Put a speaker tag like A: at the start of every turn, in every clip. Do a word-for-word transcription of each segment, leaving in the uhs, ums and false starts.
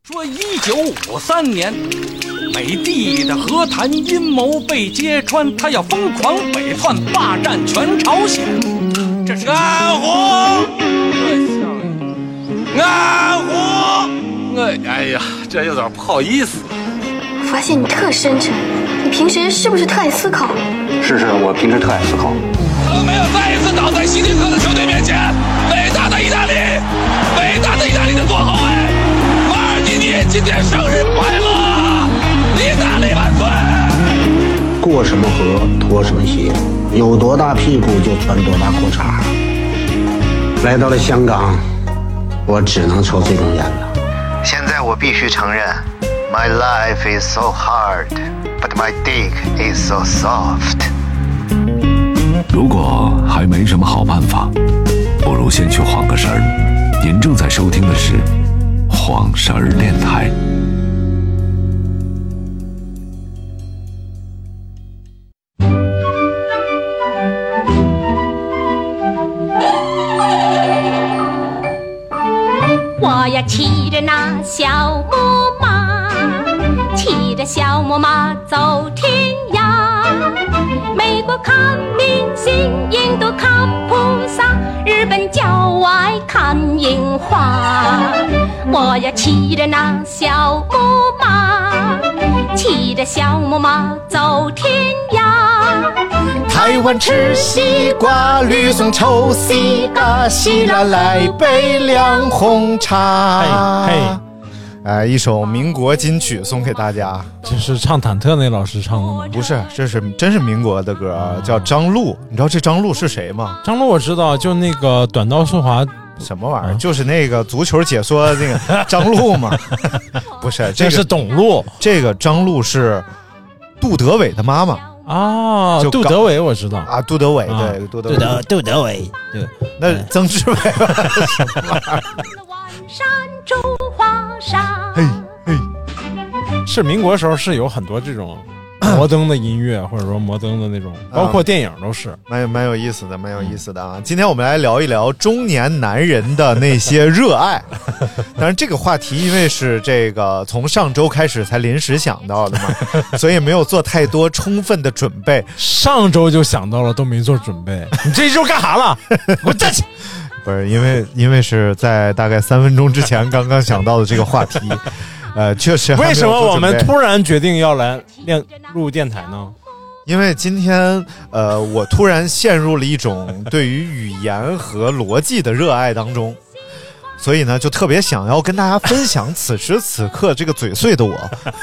A: 说一九五三年，美帝的和谈阴谋被揭穿，他要疯狂北窜，霸占全朝鲜。这是个暗火，暗火！哎哎呀，这有点不好意思。
B: 我发现你特深沉，你平时是不是特爱思考？
C: 是是，我平时特爱思考。
A: 他没有再一次倒在希特勒的球队面前。伟大的意大利，伟大的意大利的左后卫马尔蒂尼，今天生日快乐！意大利万岁！
D: 过什么河脱什么鞋，有多大屁股就穿多大裤衩。来到了香港，我只能抽这种烟了。
E: 现在我必须承认 ，My life is so hard, but my dick is so soft。
F: 如果还没什么好办法，不如先去晃个神儿。您正在收听的是晃神儿电台。
G: 我呀骑着那小木马，骑着小木马走天涯。美国看明星，印度看菩萨，日本郊外看樱花。我呀骑着那小木马，骑着小木马走天涯。
H: 台湾吃西瓜，吕宋抽西嘎，西拉来杯凉红茶。
I: 嘿嘿，
H: 哎，一首民国金曲送给大家。
I: 这是唱忐忑那老师唱的吗？
H: 不是，这是真是民国的歌，叫张璐。你知道这张璐是谁吗？
I: 张璐我知道，就那个短道速滑。
H: 什么玩意儿、啊？就是那个足球解说那个张璐嘛？不是，这
I: 个是董璐。
H: 这个张璐是杜德伟的妈妈。
I: 啊，杜德伟我知道
H: 啊，杜德伟、啊、对，杜德伟，
I: 杜德杜德伟，对，
H: 那曾志伟吧？
G: 山中华沙，
H: 嘿嘿，
I: 是民国时候是有很多这种摩登的音乐，或者说摩登的那种，包括电影都是，
H: 啊、蛮有蛮有意思的，蛮有意思的啊！今天我们来聊一聊中年男人的那些热爱。当然，这个话题因为是这个从上周开始才临时想到的嘛，所以没有做太多充分的准备。
I: 上周就想到了，都没做准备。你这一周干啥了？给我站起！
H: 不是因为，因为是在大概三分钟之前刚刚想到的这个话题。呃，确实。
I: 为什么我们突然决定要来练录电台呢？
H: 因为今天，呃，我突然陷入了一种对于语言和逻辑的热爱当中，所以呢，就特别想要跟大家分享此时此刻这个嘴碎的我。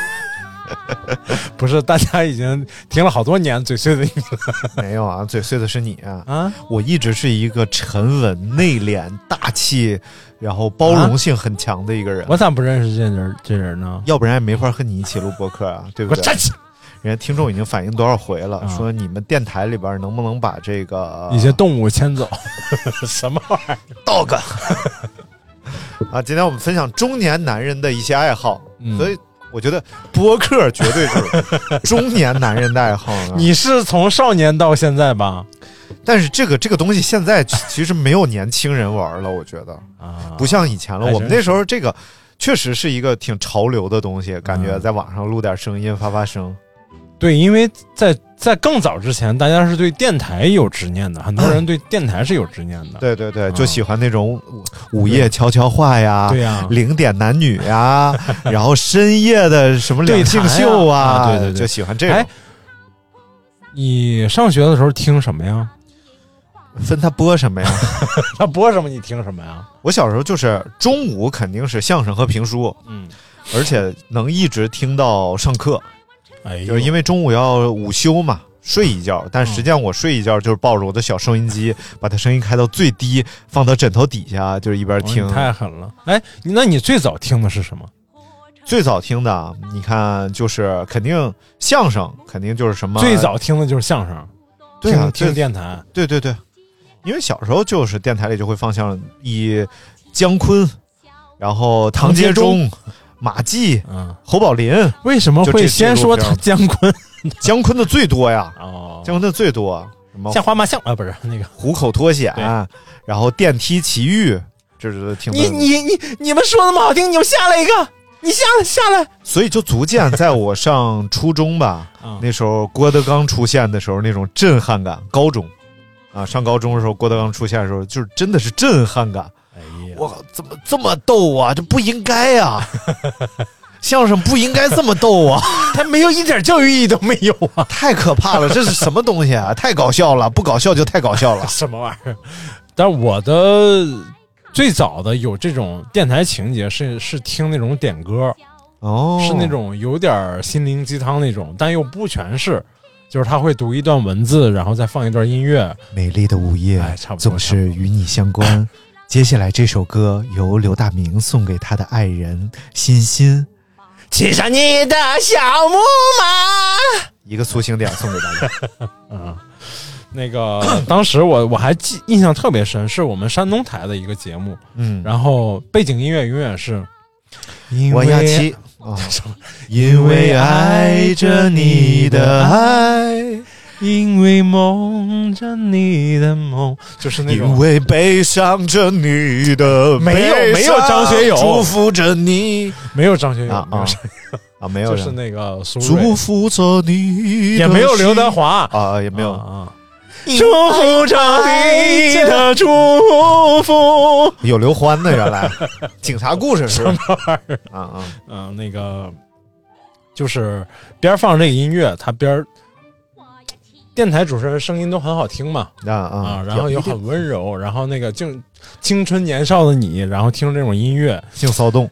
I: 不是，大家已经听了好多年嘴碎的你了。
H: 没有啊，嘴碎的是你啊！啊，我一直是一个沉稳、内敛、大气，然后包容性很强的一个人。啊、
I: 我咋不认识这人这人呢？
H: 要不然也没法和你一起录播客啊，对不对？
I: 我站起！
H: 人家听众已经反映多少回了，啊、说你们电台里边能不能把这个
I: 一些动物牵走？什么玩意儿
H: ？dog 啊！今天我们分享中年男人的一些爱好，嗯、所以。我觉得播客绝对是中年男人的爱好呢。
I: 你是从少年到现在吧？
H: 但是这个这个东西现在其实没有年轻人玩了，我觉得啊，不像以前了。我们那时候这个确实是一个挺潮流的东西，感觉在网上录点声音发发声。
I: 对，因为在在更早之前，大家是对电台有执念的，很多人对电台是有执念的。
H: 对对对，就喜欢那种午夜悄悄话呀，
I: 对呀，
H: 零点男女呀，然后深夜的什么两性秀啊，
I: 啊对对对，
H: 就喜欢这种。
I: 哎，你上学的时候听什么呀？
H: 分他播什么呀？
I: 他播什么你听什么呀？
H: 我小时候就是中午肯定是相声和评书，嗯，而且能一直听到上课。
I: 哎，
H: 就是因为中午要午休嘛，睡一觉，但实际上我睡一觉就是抱着我的小收音机，把它声音开到最低，放到枕头底下，就是一边听。
I: 哦、太狠了！哎，那你最早听的是什么？
H: 最早听的，你看就是肯定相声，肯定就是什么。
I: 最早听的就是相声，
H: 对啊，
I: 听, 听电台，
H: 对对对，因为小时候就是电台里就会放相声，以姜昆，然后唐杰忠。马季、嗯，侯宝林，
I: 为什么会先说他姜昆？
H: 姜昆的最多呀，
I: 哦，
H: 姜昆的最多，什么
I: 像花麻巷啊，不是那个
H: 虎口脱险，然后电梯奇遇，这是挺
I: 你你你你们说那么好听，你们下来一个， 你下来下来。
H: 所以就逐渐在我上初中吧，
I: 啊、
H: 那时候郭德纲出现的时候那种震撼感，高中啊上高中的时候郭德纲出现的时候就是真的是震撼感。
I: 哎呀，
H: 我怎么这么逗啊？这不应该啊！相声不应该这么逗啊！
I: 他没有一点教育意义都没有啊！
H: 太可怕了，这是什么东西啊？太搞笑了，不搞笑就太搞笑了。
I: 什么玩意儿？但我的最早的有这种电台情节是是听那种点歌，
H: 哦，
I: 是那种有点心灵鸡汤那种，但又不全是，就是他会读一段文字，然后再放一段音乐。
H: 美丽的午夜，
I: 哎，差不多
H: 总是与你相关。接下来这首歌由刘大明送给他的爱人欣欣。
I: 骑上你的小木马，
H: 一个苏醒点送给大家。
I: 嗯，那个当时我我还记印象特别深，是我们山东台的一个节目，
H: 嗯，
I: 然后背景音乐永远是
H: 我要骑啊，因为爱着你的爱，
I: 因为梦着你的梦，就是那种
H: 因为悲伤着你的悲伤，
I: 没有没有张学友，
H: 祝福着你，
I: 没有张学友
H: 啊啊啊，没有，
I: 就是那个苏芮，
H: 祝福着你，
I: 也没有刘德华
H: 啊，也没有
I: 啊。祝福着你的祝福，
H: 有刘欢的原来警察故事是
I: 什么玩意儿
H: 啊啊
I: 嗯，那个就是边放这个音乐，他边电台主持人声音都很好听嘛，
H: 啊啊，
I: 然后又很温柔，然后那个青青春年少的你，然后听这种音乐，
H: 性骚动，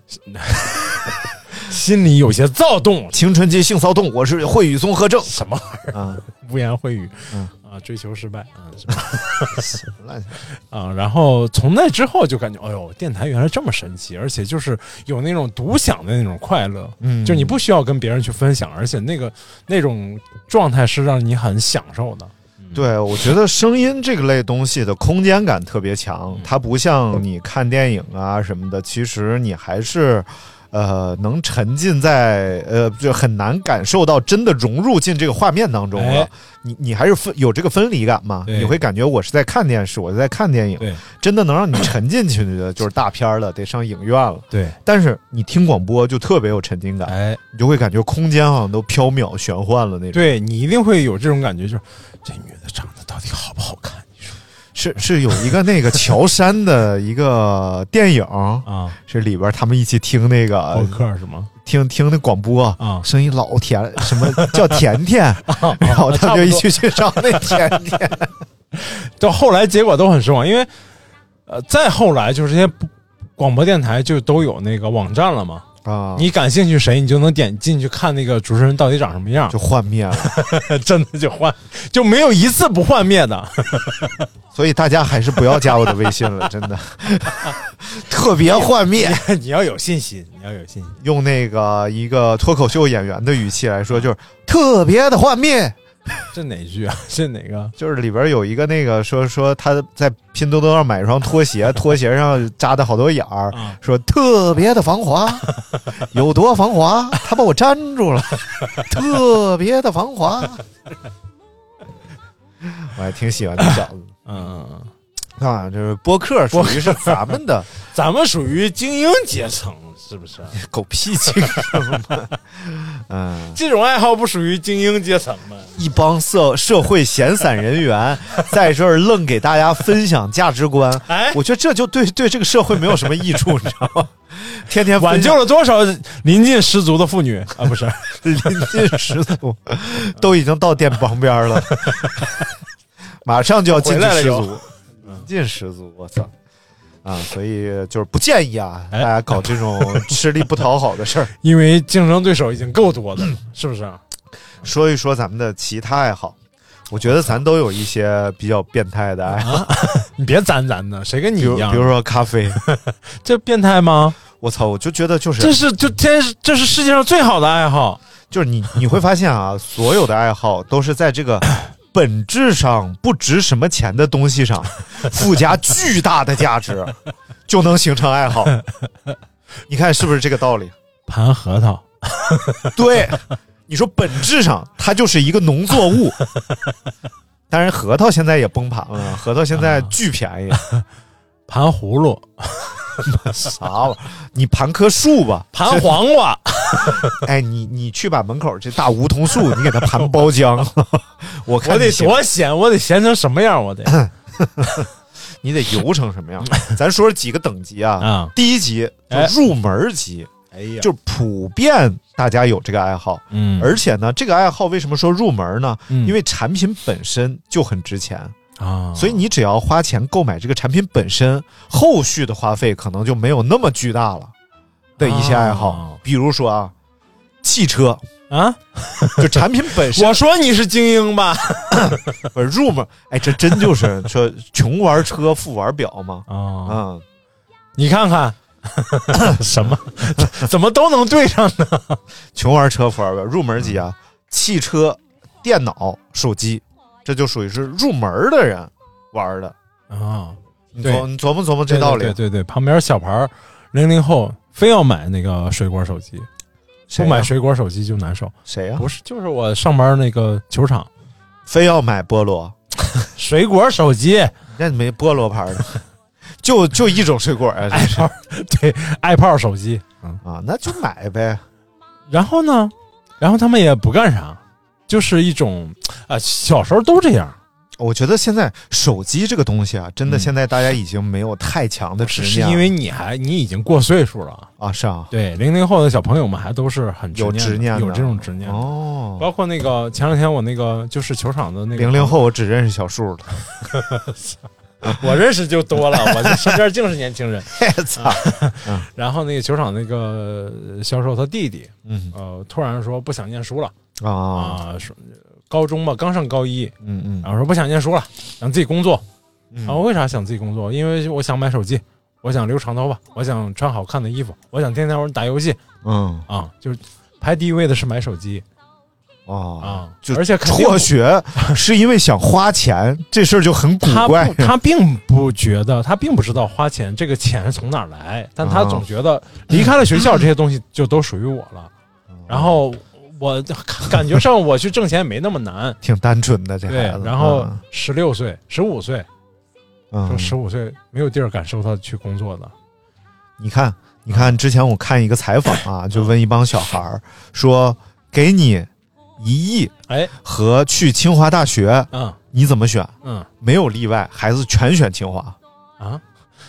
I: 心里有些躁动。
H: 青春期性骚动，我是惠宇综合症，
I: 什么玩意儿
H: 啊？
I: 污言秽语，
H: 嗯
I: 啊，追求失败，啊，
H: 什么乱
I: 啊！然后从那之后就感觉，哎呦，电台原来这么神奇，而且就是有那种独享的那种快乐，
H: 嗯，
I: 就你不需要跟别人去分享，而且那个那种状态是让你很享受的。
H: 对，我觉得声音这个类东西的空间感特别强，它不像你看电影啊什么的，其实你还是。呃，能沉浸在呃，就很难感受到真的融入进这个画面当中了。哎、你你还是分有这个分离感嘛？你会感觉我是在看电视，我是在看电影。
I: 对，
H: 真的能让你沉浸进去的，就是大片了，得上影院了。
I: 对，
H: 但是你听广播就特别有沉浸感，
I: 哎，
H: 你就会感觉空间好像都缥缈玄幻了那种。
I: 对你一定会有这种感觉，就是这女的长得到底好不好看？
H: 是是有一个那个乔杉的一个电影啊，是里边他们一起听那个
I: 播客是吗？
H: 听听那广播
I: 啊，
H: 声音老甜，什么叫甜甜？啊、然后他们就一起去找那甜甜。
I: 到后来结果都很失望，因为呃，再后来就是这些广播电台就都有那个网站了嘛。
H: 啊，
I: 你感兴趣谁，你就能点进去看那个主持人到底长什么样，
H: 就幻灭了，
I: 真的就幻，就没有一次不幻灭的。
H: 所以大家还是不要加我的微信了，真的，特别幻灭。
I: 你要有信心，你要有信心。
H: 用那个一个脱口秀演员的语气来说，就是特别的幻灭。
I: 这哪句啊？这哪个？
H: 就是里边有一个那个说说他在拼多多上买一双拖鞋，拖鞋上扎的好多眼儿，
I: 嗯、
H: 说特别的防滑，有多防滑？他把我粘住了，特别的防滑。我还挺喜欢这小子，
I: 嗯
H: 啊，就是播客属于是咱们的，
I: 咱们属于精英阶层。是不是
H: 狗屁精英嘛？嗯，
I: 这种爱好不属于精英阶层吗？
H: 一帮社社会闲散人员在这儿愣给大家分享价值观，
I: 哎，
H: 我觉得这就对对这个社会没有什么益处，你知道吗？天天
I: 挽救了多少临近失足的妇女啊？不是
H: 临近失足，都已经到店旁边了，马上就要进去失足，临近失足，我操！啊，所以就是不建议啊，大家搞这种吃力不讨好的事儿，
I: 因为竞争对手已经够多的了，是不是啊？
H: 说一说咱们的其他爱好，我觉得咱都有一些比较变态的爱好。啊、
I: 你别咱咱的，谁跟你一样？
H: 比如说咖啡，
I: 这变态吗？
H: 我操，我就觉得就是
I: 这是就天这是世界上最好的爱好，
H: 就是你你会发现啊，所有的爱好都是在这个。本质上不值什么钱的东西上附加巨大的价值，就能形成爱好。你看是不是这个道理？
I: 盘核桃，
H: 对，你说本质上它就是一个农作物。当然核桃现在也崩盘了，核桃现在巨便宜。
I: 盘葫芦，
H: 啥玩意儿？你盘棵树吧，
I: 盘黄瓜。
H: 哎，你你去把门口这大梧桐树，你给它盘包浆，我看
I: 我得多咸，我得咸成什么样？我得，
H: 你得油成什么样？咱说几个等级啊？
I: 啊、
H: 嗯，第一级就入门级，
I: 哎呀，
H: 就普遍大家有这个爱好，
I: 嗯，
H: 而且呢，这个爱好为什么说入门呢？
I: 嗯、
H: 因为产品本身就很值钱。
I: 啊，
H: 所以你只要花钱购买这个产品本身，后续的花费可能就没有那么巨大了的一些爱好，
I: 啊、
H: 比如说啊，汽车
I: 啊，
H: 就产品本身。
I: 我说你是精英吧？
H: 不是入门，哎，这真就是说穷玩车，富玩表嘛。
I: 啊、
H: 哦，嗯，
I: 你看看什么，怎么都能对上呢？
H: 穷玩车，富玩表，入门级啊，汽车、电脑、手机。这就属于是入门的人玩的
I: 啊！
H: 你琢你琢磨琢磨这道理。
I: 对对 对, 对，旁边小牌零零后非要买那个水果手机，不买水果手机就难受。
H: 谁呀、啊？
I: 不是，就是我上班那个球场，
H: 非要买菠萝
I: 水果手机，
H: 那没菠萝牌的，就就一种水果啊，
I: 爱泡对爱泡手机，
H: 嗯啊，那就买呗。
I: 然后呢，然后他们也不干啥。就是一种啊、呃，小时候都这样。
H: 我觉得现在手机这个东西啊，真的现在大家已经没有太强的执念、
I: 嗯，是因为你还你已经过岁数了
H: 啊，是啊，
I: 对，零零后的小朋友们还都是很
H: 有执念，
I: 有这种执念
H: 哦。
I: 包括那个前两天我那个就是球场的那个
H: 零零后，我只认识小树的。
I: 我认识就多了，我这身边净是年轻人。
H: 操、
I: 啊！然后那个球场那个销售他弟弟，
H: 嗯
I: 呃，突然说不想念书了
H: 啊
I: 啊，说高中吧，刚上高一，
H: 嗯嗯，
I: 然后说不想念书了，想自己工作。
H: 嗯、
I: 然后为啥想自己工作？因为我想买手机，我想留长头发，我想穿好看的衣服，我想天天玩打游戏。
H: 嗯
I: 啊，就是排第一位的是买手机。
H: 哦
I: 啊，
H: 就
I: 而且
H: 辍学是因为想花钱，这事儿就很古怪。
I: 他他并不觉得，他并不知道花钱这个钱是从哪儿来，但他总觉得离开了学校，这些东西就都属于我了。然后我感觉上我去挣钱也没那么难，
H: 挺单纯的这孩子。
I: 然后十六岁、十五岁，
H: 嗯，
I: 说十五岁没有地儿敢收他去工作的。
H: 你看，你看，之前我看一个采访啊，就问一帮小孩儿说，给你一亿，
I: 哎，
H: 和去清华大学，
I: 嗯，
H: 你怎么选？
I: 嗯，
H: 没有例外，孩子全选清华
I: 啊，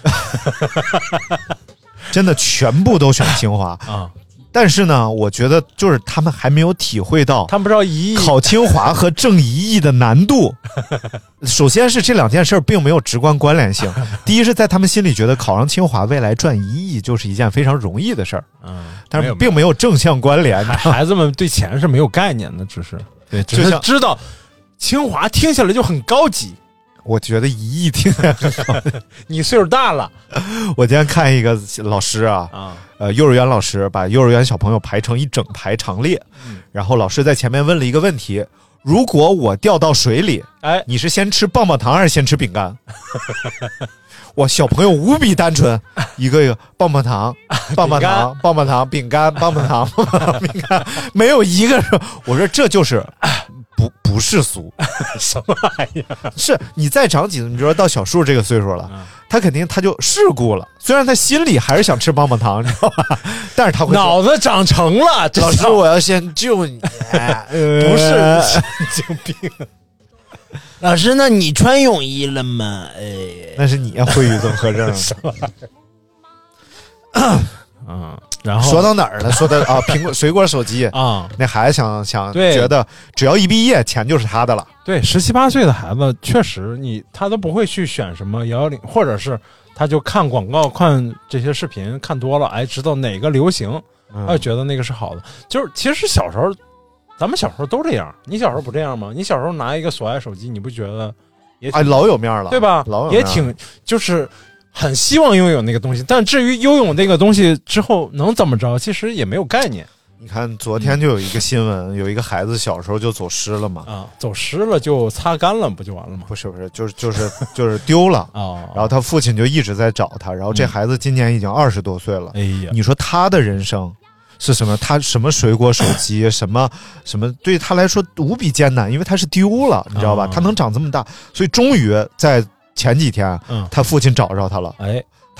H: 真的全部都选清华
I: 啊。
H: 但是呢，我觉得就是他们还没有体会到，
I: 他们不知道一亿
H: 考清华和挣一亿的难度。首先是这两件事并没有直观关联性。第一是在他们心里觉得考上清华，未来赚一亿就是一件非常容易的事儿。
I: 嗯，
H: 但是并没有正向关联。
I: 孩子们对钱是没有概念的，只是对，只是知道清华听起来就很高级。
H: 我觉得一亿听起来很高级。
I: 你岁数大了。
H: 我今天看一个老师啊，
I: 啊，
H: 呃，幼儿园老师把幼儿园小朋友排成一整排长列，
I: 嗯、
H: 然后老师在前面问了一个问题：如果我掉到水里，
I: 哎，
H: 你是先吃棒棒糖还是先吃饼干？我小朋友无比单纯，一个一个棒棒糖、棒棒糖、棒棒糖、饼干、棒棒糖、棒棒糖、饼干，没有一个人。我说这就是不不世俗，
I: 什么玩意儿？
H: 是你再长几岁，你说到小树这个岁数了，
I: 嗯、
H: 他肯定他就世故了。虽然他心里还是想吃棒棒糖，你知道吧？但是他会
I: 脑子长成了。
H: 老师，我要先救你，
I: 呃、不是神经病。老师，那你穿泳衣了吗？哎，
H: 那是你会语综合症。
I: 什么玩意儿？嗯，然后
H: 说到哪儿了？说的啊，苹果、水果、手机
I: 啊，
H: 那孩子想想，
I: 对，
H: 觉得只要一毕业，钱就是他的了。
I: 对，十七八岁的孩子，确实你他都不会去选什么幺幺零，或者是他就看广告、看这些视频看多了，哎，知道哪个流行，
H: 嗯、
I: 哎，觉得那个是好的。就是其实小时候。咱们小时候都这样，你小时候不这样吗？你小时候拿一个索爱手机，你不觉得也
H: 哎老有面了，
I: 对吧？
H: 老有面
I: 也挺就是很希望拥有那个东西，但至于拥有那个东西之后能怎么着，其实也没有概念。
H: 你看昨天就有一个新闻，嗯、有一个孩子小时候就走失了嘛，
I: 啊，走失了就擦干了，不就完了吗？
H: 不是不是，就是就是就是丢了啊、
I: 哦，
H: 然后他父亲就一直在找他，然后这孩子今年已经二十多岁了，
I: 哎呀，
H: 你说他的人生。是什么？他什么水果手机，什么什么，对他来说无比艰难，因为他是丢了，你知道吧？
I: 哦、
H: 他能长这么大，所以终于在前几天，
I: 嗯，
H: 他父亲找着他了。
I: 哎，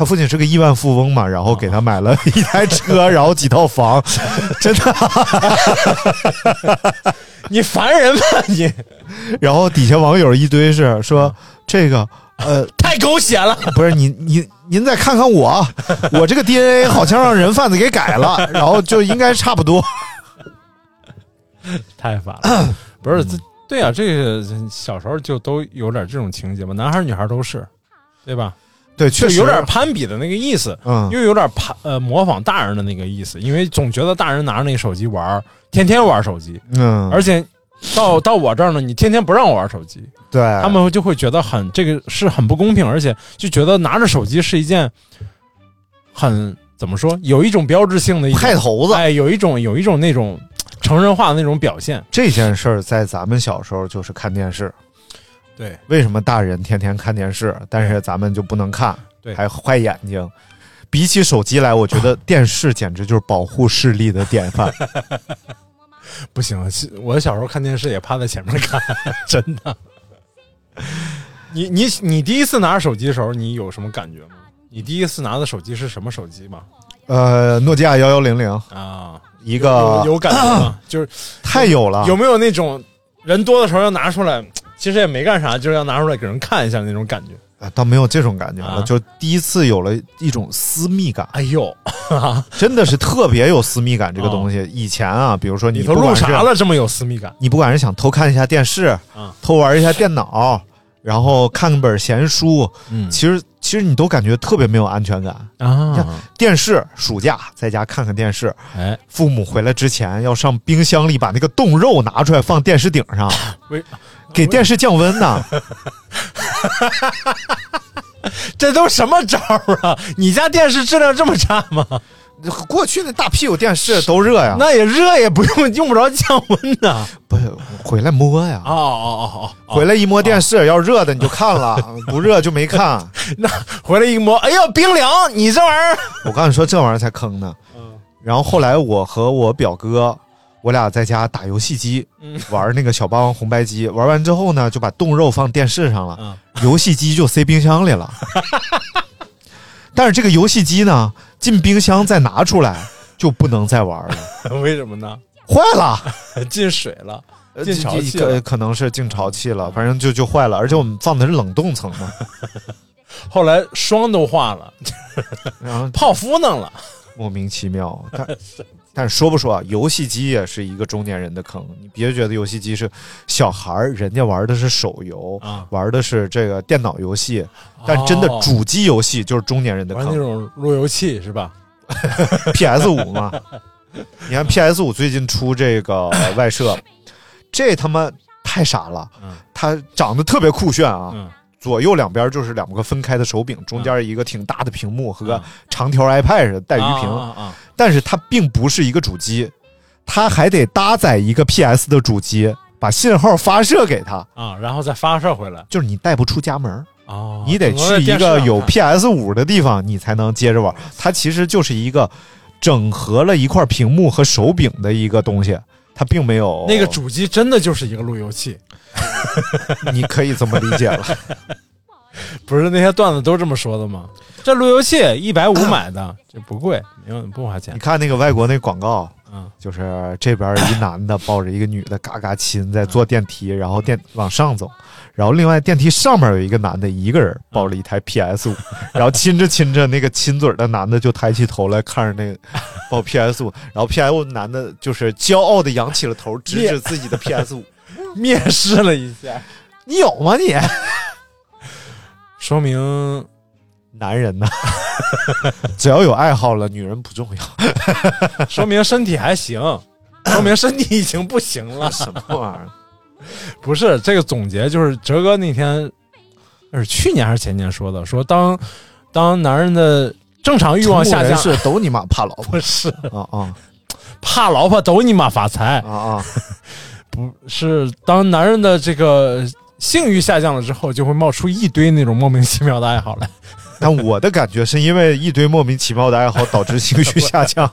H: 他父亲是个亿万富翁嘛，然后给他买了一台车，然后几套房，真的。
I: 你烦人吧你？
H: 然后底下网友一堆是说这个呃
I: 太狗血了，
H: 不是你你您再看看我，我这个 D N A 好像让人贩子给改了，然后就应该差不多。
I: 太烦了，不是这对啊，这个小时候就都有点这种情节嘛，男孩女孩都是，对吧？
H: 对，确实
I: 有点攀比的那个意思，
H: 嗯，
I: 又有点攀呃模仿大人的那个意思，因为总觉得大人拿着那个手机玩，天天玩手机，
H: 嗯，
I: 而且到到我这儿呢，你天天不让我玩手机，
H: 对，
I: 他们就会觉得很这个是很不公平，而且就觉得拿着手机是一件很怎么说，有一种标志性的一种
H: 派头子，
I: 哎，有一种有一种那种成人化的那种表现。
H: 这件事儿在咱们小时候就是看电视。
I: 对，
H: 为什么大人天天看电视，但是咱们就不能看？
I: 对，
H: 还坏眼睛。比起手机来，我觉得电视简直就是保护视力的典范。
I: 不行，我小时候看电视也趴在前面看，真的。你你你第一次拿着手机的时候，你有什么感觉吗？你第一次拿的手机是什么手机吗？
H: 呃，诺基亚幺幺零零
I: 啊，
H: 一个
I: 有, 有感觉吗？就是
H: 太有了。
I: 有没有那种人多的时候要拿出来？其实也没干啥，就是要拿出来给人看一下那种感觉
H: 啊，倒没有这种感觉了，
I: 啊、
H: 就第一次有了一种私密感。
I: 哎呦，
H: 真的是特别有私密感这个东西。哦、以前啊，比如说你
I: 都录啥了，这么有私密感？
H: 你不管是想偷看一下电视，
I: 啊、
H: 偷玩一下电脑，然后看本闲书，
I: 嗯，
H: 其实其实你都感觉特别没有安全感
I: 啊。
H: 像电视，暑假在家看看电视，
I: 哎，
H: 父母回来之前要上冰箱里把那个冻肉拿出来放电视顶上。
I: 喂。
H: 给电视降温呢，
I: 这都什么招啊？你家电视质量这么差吗？
H: 过去那大屁股电视都热呀，
I: 那也热也不用用不着降温呐。
H: 不是回来摸呀，
I: 哦哦哦哦，
H: 回来一摸电视，哦、要热的你就看了，不热就没看。
I: 那回来一摸，哎呦冰凉！你这玩意儿，
H: 我告诉你说这玩意儿才坑呢。
I: 嗯，
H: 然后后来我和我表哥。我俩在家打游戏机，玩那个小霸王红白机，玩完之后呢，就把冻肉放电视上了，
I: 嗯、
H: 游戏机就塞冰箱里了。但是这个游戏机呢，进冰箱再拿出来就不能再玩了。
I: 为什么呢？
H: 坏了，
I: 进水了，进潮气了，
H: 可可能是进潮气了，反正就就坏了。而且我们放的是冷冻层嘛，
I: 后来霜都化了，
H: 然后
I: 泡芙弄了，
H: 莫名其妙。但但是说不说啊，游戏机也是一个中年人的坑。你别觉得游戏机是小孩儿，人家玩的是手游，
I: 啊、
H: 玩的是这个电脑游戏，但真的主机游戏就是中年人的坑。
I: 玩那种路由器是吧
H: ？P S 五 嘛，你看 P S 五 最近出这个外设，这他妈太傻了，
I: 嗯、
H: 它长得特别酷炫啊。
I: 嗯，
H: 左右两边就是两个分开的手柄，中间一个挺大的屏幕和个长条 iPad 似的带鱼屏，
I: 啊啊啊、
H: 但是它并不是一个主机，它还得搭载一个 P S 的主机，把信号发射给它
I: 啊，然后再发射回来，
H: 就是你带不出家门
I: 哦，
H: 你得去一个有 P S 五 的地方，你才能接着玩。它其实就是一个整合了一块屏幕和手柄的一个东西，它并没有
I: 那个主机真的就是一个路由器。
H: 你可以这么理解了。
I: 不是那些段子都这么说的吗？这路由器一百五买的，这不贵，没有不花钱。
H: 你看那个外国那广告，
I: 嗯，
H: 就是这边一男的抱着一个女的嘎嘎亲，在坐电梯，然后电往上走，然后另外电梯上面有一个男的，一个人抱着一台 P S 五，然后亲着亲着，那个亲嘴的男的就抬起头来看着那个抱 P S 五，然后 P S 五男的就是骄傲的扬起了头，指指自己的 P S 五，
I: 蔑视了一下。
H: 你有吗你？
I: 说明
H: 男人呢，只要有爱好了，女人不重要。
I: 说明身体还行，说明身体已经不行了。
H: 什么玩意儿？
I: 不是这个总结，就是哲哥那天是去年还是前年说的，说当当男人的正常欲望下降，
H: 是都你妈怕老婆，
I: 不是
H: 啊啊，
I: 怕老婆都你妈发财
H: 啊啊，
I: 不是当男人的这个。性欲下降了之后，就会冒出一堆那种莫名其妙的爱好来。
H: 但我的感觉是因为一堆莫名其妙的爱好导致性欲下降。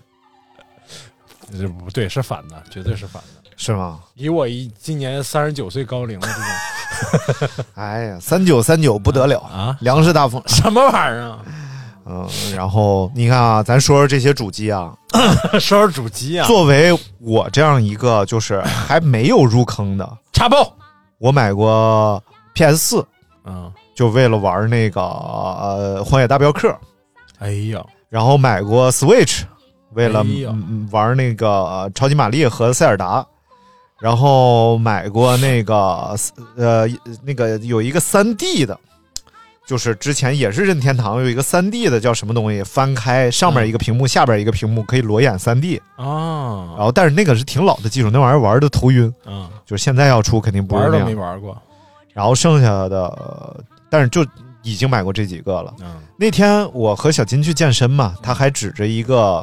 I: 这不对，是反的，绝对是反的，
H: 是吗？
I: 以我一今年三十九岁高龄的这种，
H: 哎呀，三九三九不得了
I: 啊！
H: 粮食大丰，
I: 什么玩意儿啊？
H: 嗯，然后你看啊，咱说说这些主机啊，
I: 说说主机啊。
H: 作为我这样一个就是还没有入坑的
I: 插爆，
H: 我买过 P S 四，
I: 嗯，
H: 就为了玩那个呃《荒野大镖客》。
I: 哎呀，
H: 然后买过 Switch， 为了、
I: 哎
H: 嗯、玩那个、呃、超级玛丽和塞尔达。然后买过那个呃那个有一个 三 D 的，就是之前也是任天堂有一个 三 D 的叫什么东西，翻开上面一个屏幕、嗯、下边一个屏幕可以裸眼 三 D
I: 啊。
H: 然后但是那个是挺老的技术，那玩意儿玩的头晕。
I: 嗯，
H: 就是现在要出肯定不是那样。
I: 玩都没玩过。
H: 然后剩下的、呃、但是就已经买过这几个了。
I: 嗯，
H: 那天我和小金去健身嘛，他还指着一个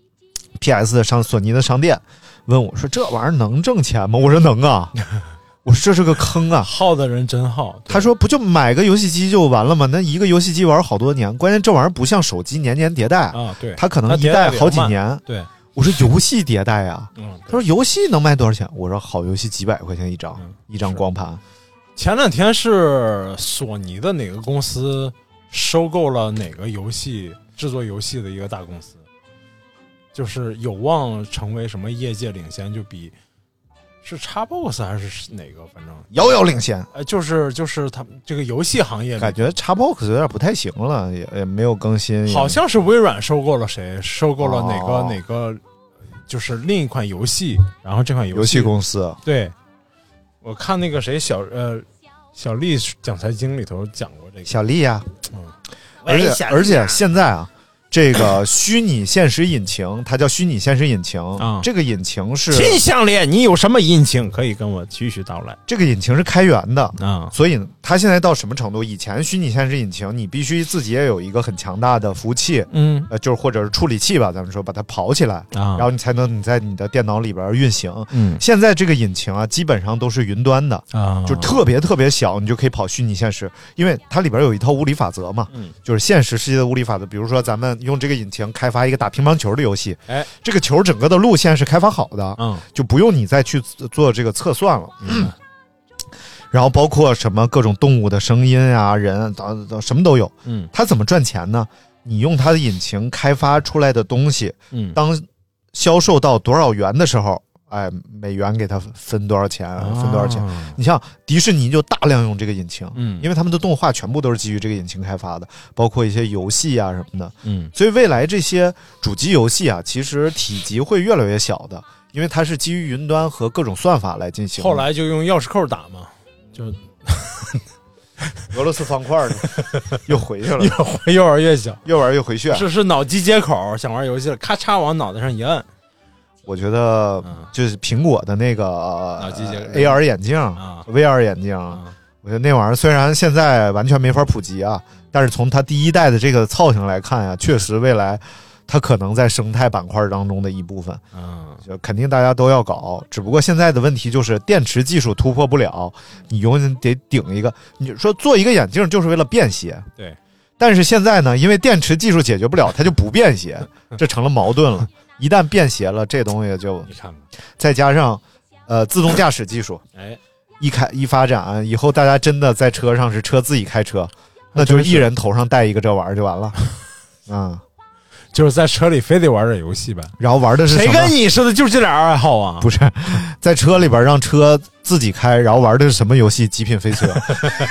H: P S 的商索尼的商店问我说这玩意儿能挣钱吗？我说能啊。我说这是个坑啊，
I: 耗的人真耗。
H: 他说不就买个游戏机就完了吗？那一个游戏机玩好多年，关键这玩意儿不像手机年年迭代
I: 啊，对，
H: 它可能一代好几年。
I: 对，
H: 我说游戏迭代啊，
I: 嗯，
H: 他说游戏能卖多少钱？我说好游戏几百块钱一张，嗯、一张光盘。
I: 前两天是索尼的哪个公司收购了哪个游戏制作游戏的一个大公司，就是有望成为什么业界领先，就比。是 Xbox 还是哪个？反正
H: 遥遥领先。
I: 呃，就是就是他们这个游戏行业里，
H: 感觉 Xbox 有点不太行了，也也没有更新。
I: 好像是微软收购了谁？收购了哪个、
H: 哦、
I: 哪个？就是另一款游戏，然后这款游戏
H: 游戏公司。
I: 对，我看那个谁小呃小丽讲财经里头讲过这个
H: 小丽呀、啊，
I: 嗯，
H: 而且而且现在啊。这个虚拟现实引擎，它叫虚拟现实引擎。
I: 嗯、
H: 这个引擎是
I: 秦项链，你有什么引擎可以跟我继续道来？
H: 这个引擎是开源的啊、
I: 嗯，
H: 所以它现在到什么程度？以前虚拟现实引擎，你必须自己也有一个很强大的服务器，
I: 嗯，
H: 呃，就是或者是处理器吧，咱们说把它跑起来啊，然后你才能你在你的电脑里边运行。
I: 嗯，
H: 现在这个引擎啊，基本上都是云端的
I: 啊，
H: 就特别特别小，你就可以跑虚拟现实，因为它里边有一套物理法则嘛，
I: 嗯，
H: 就是现实世界的物理法则。比如说咱们用这个引擎开发一个打乒乓球的游戏，
I: 哎，
H: 这个球整个的路线是开发好的，
I: 嗯，
H: 就不用你再去做这个测算了。嗯，然后包括什么各种动物的声音啊，人什么都有。
I: 嗯，
H: 它怎么赚钱呢？你用它的引擎开发出来的东西，
I: 嗯，
H: 当销售到多少元的时候，哎，美元给它分多少钱，
I: 啊、
H: 分多少钱？你像迪士尼就大量用这个引擎，
I: 嗯，
H: 因为他们的动画全部都是基于这个引擎开发的，包括一些游戏啊什么的，
I: 嗯，
H: 所以未来这些主机游戏啊，其实体积会越来越小的，因为它是基于云端和各种算法来进行。
I: 后来就用钥匙扣打嘛，就
H: 俄罗斯方块的又回去了，
I: 越回越玩越小，
H: 越玩越回旋。
I: 是是脑机接口，想玩游戏了，咔嚓往脑袋上一摁。
H: 我觉得就是苹果的那个、
I: 嗯、
H: A R 眼镜、
I: 啊、
H: V R 眼镜、啊，我觉得那玩意儿虽然现在完全没法普及啊，但是从它第一代的这个造型来看呀、啊，确实未来它可能在生态板块当中的一部分。
I: 嗯，
H: 就肯定大家都要搞，只不过现在的问题就是电池技术突破不了，你永远得顶一个。你说做一个眼镜就是为了便携，
I: 对。
H: 但是现在呢，因为电池技术解决不了，它就不便携，这成了矛盾了。一旦便携了，这东西就
I: 你看看，
H: 再加上呃自动驾驶技术，
I: 哎，
H: 一开一发展，以后大家真的在车上是车自己开车，那就是一人头上戴一个这玩意儿就完了，嗯，
I: 就是在车里非得玩点游戏呗，
H: 然后玩的是什么？
I: 谁跟你似的，就是这俩爱好啊？
H: 不是，在车里边让车自己开，然后玩的是什么游戏？极品飞车。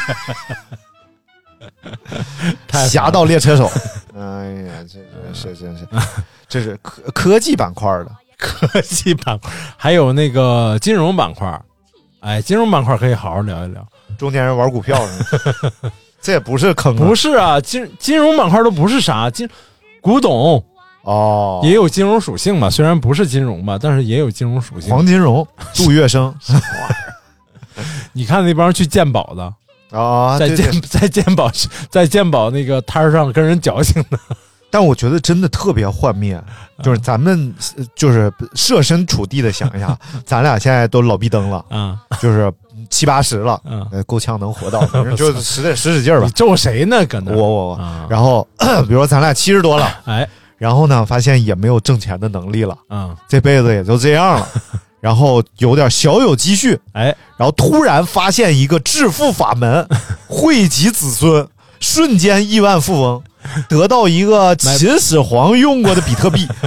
H: 侠盗猎车手，哎呀，这这是真是，这是科科技板块的
I: 科技板块，还有那个金融板块，哎，金融板块可以好好聊一聊。
H: 中间人玩股票是吗？这也不是坑、啊，
I: 不是啊，金金融板块都不是啥金古董
H: 哦，
I: 也有金融属性吧，虽然不是金融吧，但是也有金融属性。
H: 黄金荣、杜月笙，
I: 你看那帮去鉴宝的。
H: 啊，
I: 在鉴在鉴宝在鉴宝那个摊上跟人矫情的，
H: 但我觉得真的特别幻灭，就是咱们就是设身处地的想一下，咱俩现在都老逼灯了，
I: 嗯，
H: 就是七八十了，
I: 嗯，
H: 够呛能活到，反正就使点使使劲儿吧。
I: 你咒谁呢？搁那
H: 我我我，然后比如说咱俩七十多了，
I: 哎，
H: 然后呢发现也没有挣钱的能力了，
I: 嗯，
H: 这辈子也就这样了。然后有点小有积蓄，
I: 哎，
H: 然后突然发现一个致富法门，惠及子孙，瞬间亿万富翁。 得到一个秦始皇用过的比特币。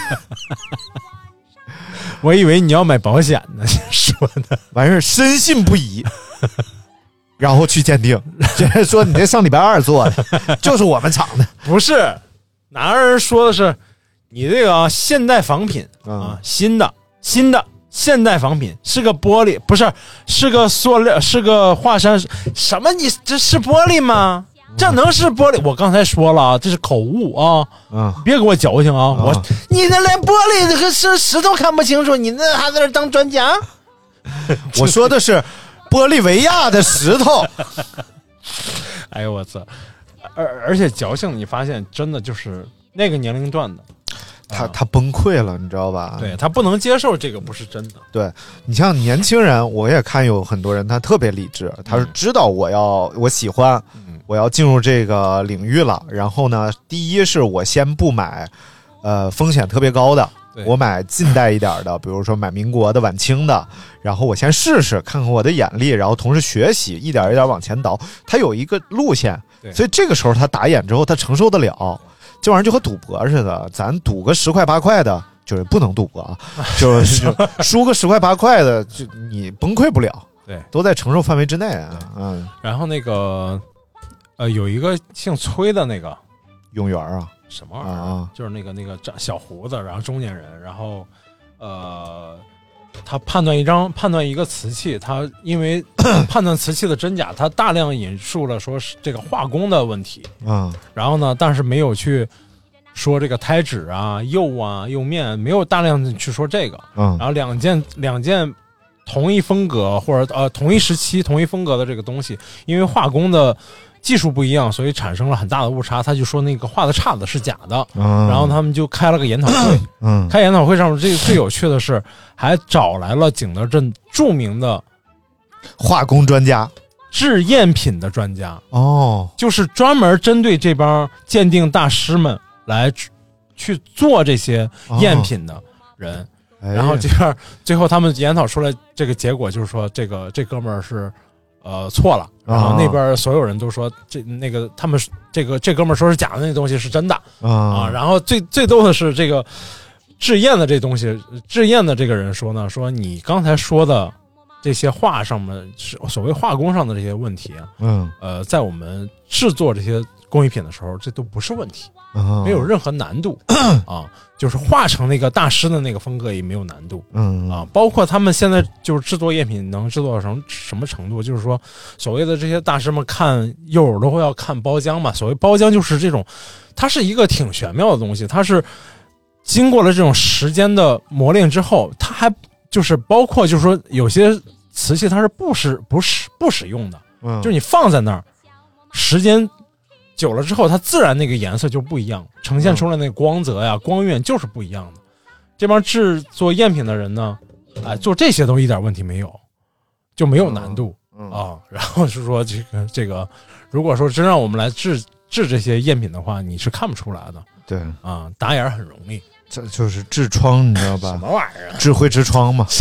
I: 我以为你要买保险呢，说的
H: 完事深信不疑，然后去鉴定，这人说你这上礼拜二做的，就是我们厂的，
I: 不是？哪人说的是你这个、啊、现代仿品啊、
H: 嗯，
I: 新的新的现代仿品是个玻璃，不是是个塑料，是个华山什么？你这是玻璃吗？这能是玻璃？我刚才说了啊，这是口误啊！
H: 嗯，
I: 别给我矫情啊！
H: 嗯、
I: 我你那连玻璃和是石头看不清楚，你那还在那当专家？
H: 我说的是玻利维亚的石头。
I: 哎呦我操！而而且矫情，你发现真的就是那个年龄段的，
H: 他他崩溃了，你知道吧？
I: 对他不能接受这个不是真的。
H: 对你像年轻人，我也看有很多人，他特别理智，他是知道我要我喜欢。嗯，我要进入这个领域了，然后呢，第一是我先不买，呃，风险特别高的，我买近代一点的，比如说买民国的、晚清的，然后我先试试，看看我的眼力，然后同时学习，一点一点往前倒。他有一个路线，所以这个时候他打眼之后，他承受得了。这玩意儿就和赌博似的，咱赌个十块八块的，就是不能赌博啊，就是就输个十块八块的，就你崩溃不了，
I: 对，
H: 都在承受范围之内啊。嗯，
I: 然后那个。呃，有一个姓崔的那个
H: 永元啊，
I: 什么玩意儿、啊？就是那个那个长小胡子，然后中年人，然后呃，他判断一张判断一个瓷器，他因为判断瓷器的真假，他大量引述了说是这个化工的问题，
H: 嗯，
I: 然后呢，但是没有去说这个胎脂啊、釉啊、釉面，没有大量的去说这个，
H: 嗯，
I: 然后两件两件同一风格或者呃同一时期同一风格的这个东西，因为化工的技术不一样，所以产生了很大的误差。他就说那个画的差的是假的，
H: 嗯、
I: 然后他们就开了个研讨会。
H: 嗯，
I: 开研讨会上面，这个最有趣的是，还找来了景德镇著名的
H: 化工专家、
I: 制赝品的专家。
H: 哦，
I: 就是专门针对这帮鉴定大师们来去做这些赝品的人。
H: 哦、
I: 然后这样，最后他们研讨出来这个结果就是说，这个这哥们儿是。呃，错了，然后那边所有人都说这那个他们这个这哥们儿说是假的，那东西是真的啊。然后最最逗的是这个制赝的这东西，制赝的这个人说呢，说你刚才说的这些画上面所谓化工上的这些问题啊，
H: 嗯，
I: 呃，在我们制作这些工艺品的时候，这都不是问题，没有任何难度啊，就是画成那个大师的那个风格也没有难度，
H: 嗯
I: 啊，包括他们现在就是制作赝品能制作成什么程度，就是说所谓的这些大师们看釉都会要看包浆嘛，所谓包浆就是这种，它是一个挺玄妙的东西，它是经过了这种时间的磨练之后，它还就是包括就是说有些瓷器它是不使不使不使用的，
H: 嗯，
I: 就是你放在那儿时间久了之后，它自然那个颜色就不一样，呈现出来那个光泽呀、光晕就是不一样的。这帮制作赝品的人呢，哎，做这些都一点问题没有，就没有难度、
H: 嗯嗯、
I: 啊。然后是说这个这个，如果说真让我们来制制这些赝品的话，你是看不出来的。
H: 对
I: 啊，打眼很容易，
H: 这就是痔疮，你知道吧？
I: 什么玩意儿啊？
H: 智慧痔疮嘛。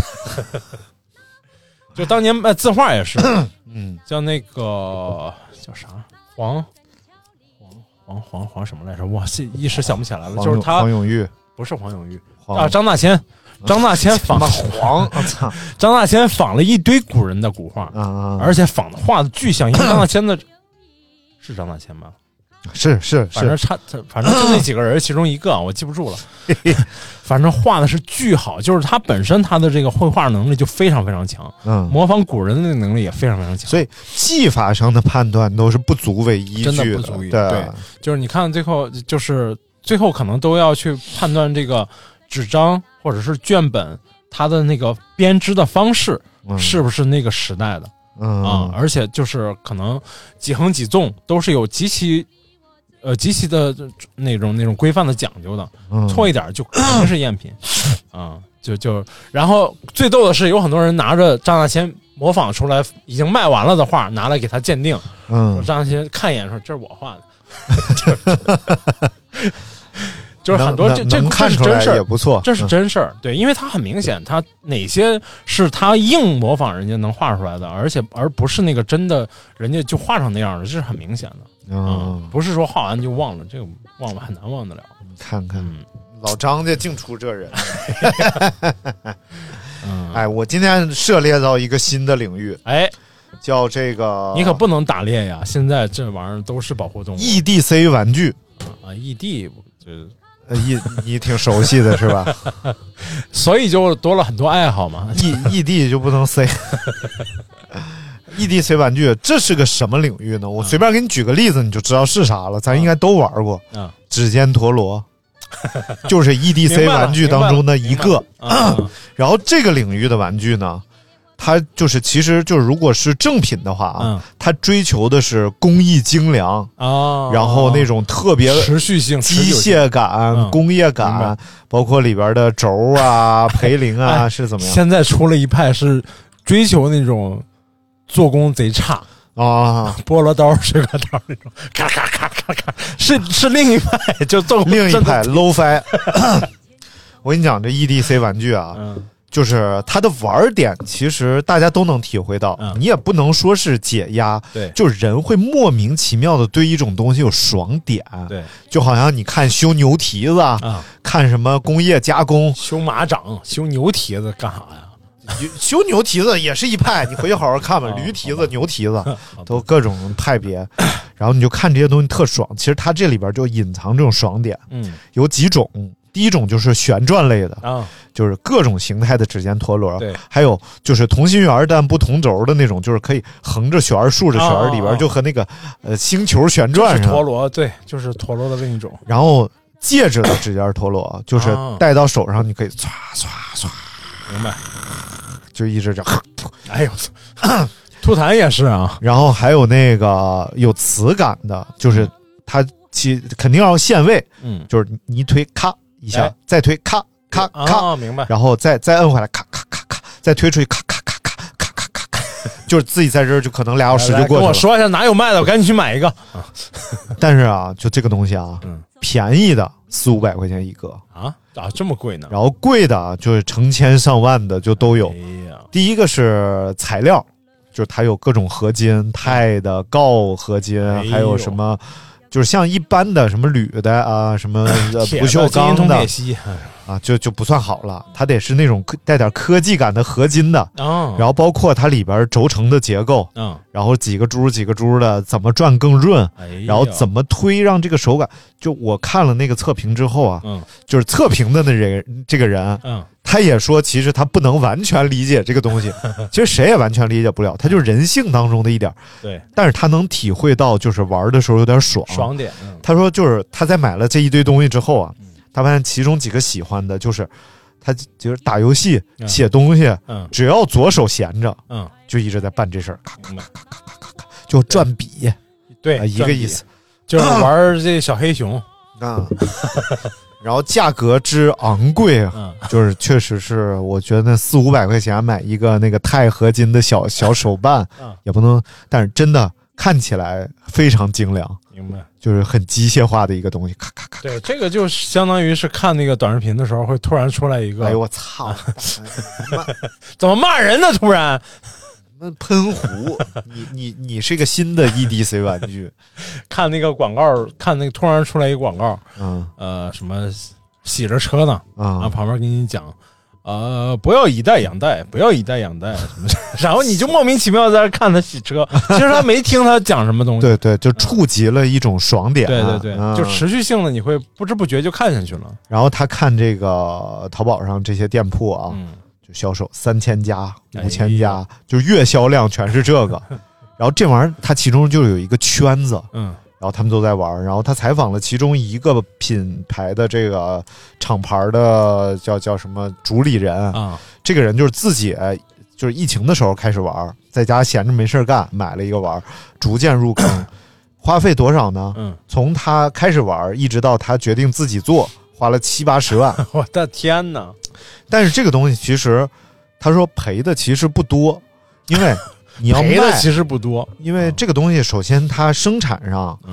I: 就当年卖字画也是，
H: 嗯，
I: 叫那个叫啥黄。黄黄黄什么来着？哇，这一时想不起来了。就是他
H: 黄永玉，
I: 不是黄永玉啊，张大千，张大千仿
H: 黄，我操！
I: 张大千仿了一堆古人的古画，
H: 啊，
I: 而且仿的画的巨像，因为张大千的是张大千吧？
H: 是是，
I: 反正差，反正就那几个人其中一个，我记不住了。反正画的是巨好，就是他本身他的这个绘画能力就非常非常强，
H: 嗯，
I: 模仿古人的能力也非常非常强，
H: 所以技法上的判断都是不足为依据的，
I: 真的不足以。
H: 对，
I: 对，就是你看最后，就是最后可能都要去判断这个纸张或者是卷本它的那个编织的方式是不是那个时代的，
H: 嗯
I: 啊，而且就是可能几横几纵都是有极其。呃，极其的那种那种规范的讲究的，
H: 嗯、
I: 错一点就肯定是赝品，啊、嗯，就就，然后最逗的是，有很多人拿着张大千模仿出来已经卖完了的画拿来给他鉴定，
H: 嗯，
I: 张大千看一眼说这是我画的， 就是很多这这
H: 能看出来也不错，
I: 这是真事儿。对，因为它很明显，它哪些是他硬模仿人家能画出来的，而且而不是那个真的人家就画成那样的，这是很明显的。嗯，不是说画完就忘了，这个忘了很难忘得了。
H: 看看，嗯、老张家净出这人。嗯，哎，我今天涉猎到一个新的领域，
I: 哎，
H: 叫这个，
I: 你可不能打猎呀！现在这玩意儿都是保护动物。
H: E D C 玩具
I: 啊 ，E D 就
H: 呃 E 你挺熟悉的是吧？
I: 所以就多了很多爱好嘛。
H: E E D 就不能 C。E D C 玩具这是个什么领域呢？我随便给你举个例子，你就知道是啥了。咱应该都玩过。嗯，指尖陀螺。就是 E D C 玩具当中的一个，然后这个领域的玩具呢，它就是其实就是如果是正品的话啊，嗯、它追求的是工艺精良啊，然后那种特别
I: 持续性、
H: 机械感、嗯、工业感，包括里边的轴啊、培灵啊、哎、是怎么样？
I: 现在出了一派是追求那种做工贼差。啊，菠萝刀、水果刀那种，咔咔咔咔咔，是是另一派，就做
H: 另一派 low fi。我跟你讲，这 E D C 玩具啊，嗯、就是它的玩点，其实大家都能体会到，嗯、你也不能说是解压，
I: 对，
H: 就是人会莫名其妙的对一种东西有爽点，
I: 对，
H: 就好像你看修牛蹄子，嗯、看什么工业加工，
I: 修马掌、修牛蹄子干啥呀？
H: 修牛蹄子也是一派，你回去好好看吧。驴蹄子、牛蹄子都各种派别，然后你就看这些东西特爽。其实它这里边就隐藏这种爽点，嗯，有几种。第一种就是旋转类的啊，就是各种形态的指尖陀螺，
I: 对，
H: 还有就是同心圆但不同轴的那种，就是可以横着旋、竖着旋，里边就和那个呃星球旋转
I: 是陀螺，对，就是陀螺的另一种。
H: 然后戒指的指尖陀螺，就是戴到手上，你可以唰唰唰，
I: 明白。
H: 就一直这样，
I: 哎呦，吐痰也是啊。
H: 然后还有那个有磁感的，就是它其肯定要限位，嗯，就是你一推咔一下，哎、再推咔咔咔，
I: 哦，明白。
H: 然后再再摁回来，咔咔咔咔，再推出去，咔咔咔咔咔咔咔咔，就是自己在这儿就可能俩小时就过去了。
I: 跟我说一下哪有卖的，我赶紧去买一个。
H: 但是啊，就这个东西啊，嗯，便宜的四五百块钱一个
I: 啊。啊，这么贵呢？
H: 然后贵的就是成千上万的就都有。哎呀，第一个是材料，就是它有各种合金，钛的、锆合金，哎、还有什么，就是像一般的什么铝的啊，什么不锈钢的啊，就就不算好了，它得是那种带点科技感的合金的。哦，然后包括它里边轴承的结构，嗯，然后几个珠几个珠的怎么转更润，哎、然后怎么推让这个手感。就我看了那个测评之后啊，嗯，就是测评的那人这个人，嗯，他也说其实他不能完全理解这个东西，其实谁也完全理解不了，他就是人性当中的一点，
I: 对，
H: 但是他能体会到就是玩的时候有点爽，
I: 爽点。嗯、
H: 他说就是他在买了这一堆东西之后啊，嗯、他发现其中几个喜欢的就是他就是打游戏、嗯、写东西，嗯，只要左手闲着，嗯，就一直在办这事儿，咔咔咔咔咔咔咔，就转笔，
I: 对，
H: 啊、一个意思。
I: 就是玩这小黑熊
H: 啊，然后价格之昂贵啊，嗯、就是确实是，我觉得四五百块钱买一个那个钛合金的小小手办，嗯、也不能，但是真的看起来非常精良，
I: 明白？
H: 就是很机械化的一个东西，咔咔咔。
I: 对，这个就相当于是看那个短视频的时候，会突然出来一个，
H: 哎呦我操，
I: 怎么骂人呢？突然。
H: 喷壶，你你你是一个新的 E D C 玩具，
I: 看那个广告，看那个突然出来一个广告，嗯，呃，什么洗着车呢，啊、嗯，然后旁边跟你讲，呃，不要以待养待，不要以待养待，什么，然后你就莫名其妙在那看他洗车，其实他没听他讲什么东西，
H: 对对，就触及了一种爽点，
I: 对对对，嗯、就持续性的，你会不知不觉就看下去了。
H: 然后他看这个淘宝上这些店铺啊。嗯，销售三千家、五千家，哎、就月销量全是这个。然后这玩意儿，它其中就有一个圈子，嗯，然后他们都在玩。然后他采访了其中一个品牌的这个厂牌的叫叫什么主理人啊，这个人就是自己就是疫情的时候开始玩，在家闲着没事干，买了一个玩，逐渐入坑。花费多少呢？嗯，从他开始玩一直到他决定自己做，花了七八十万。
I: 我的天哪！
H: 但是这个东西其实他说赔的其实不多，因为你要卖
I: 赔的其实不多，
H: 因为这个东西首先它生产上嗯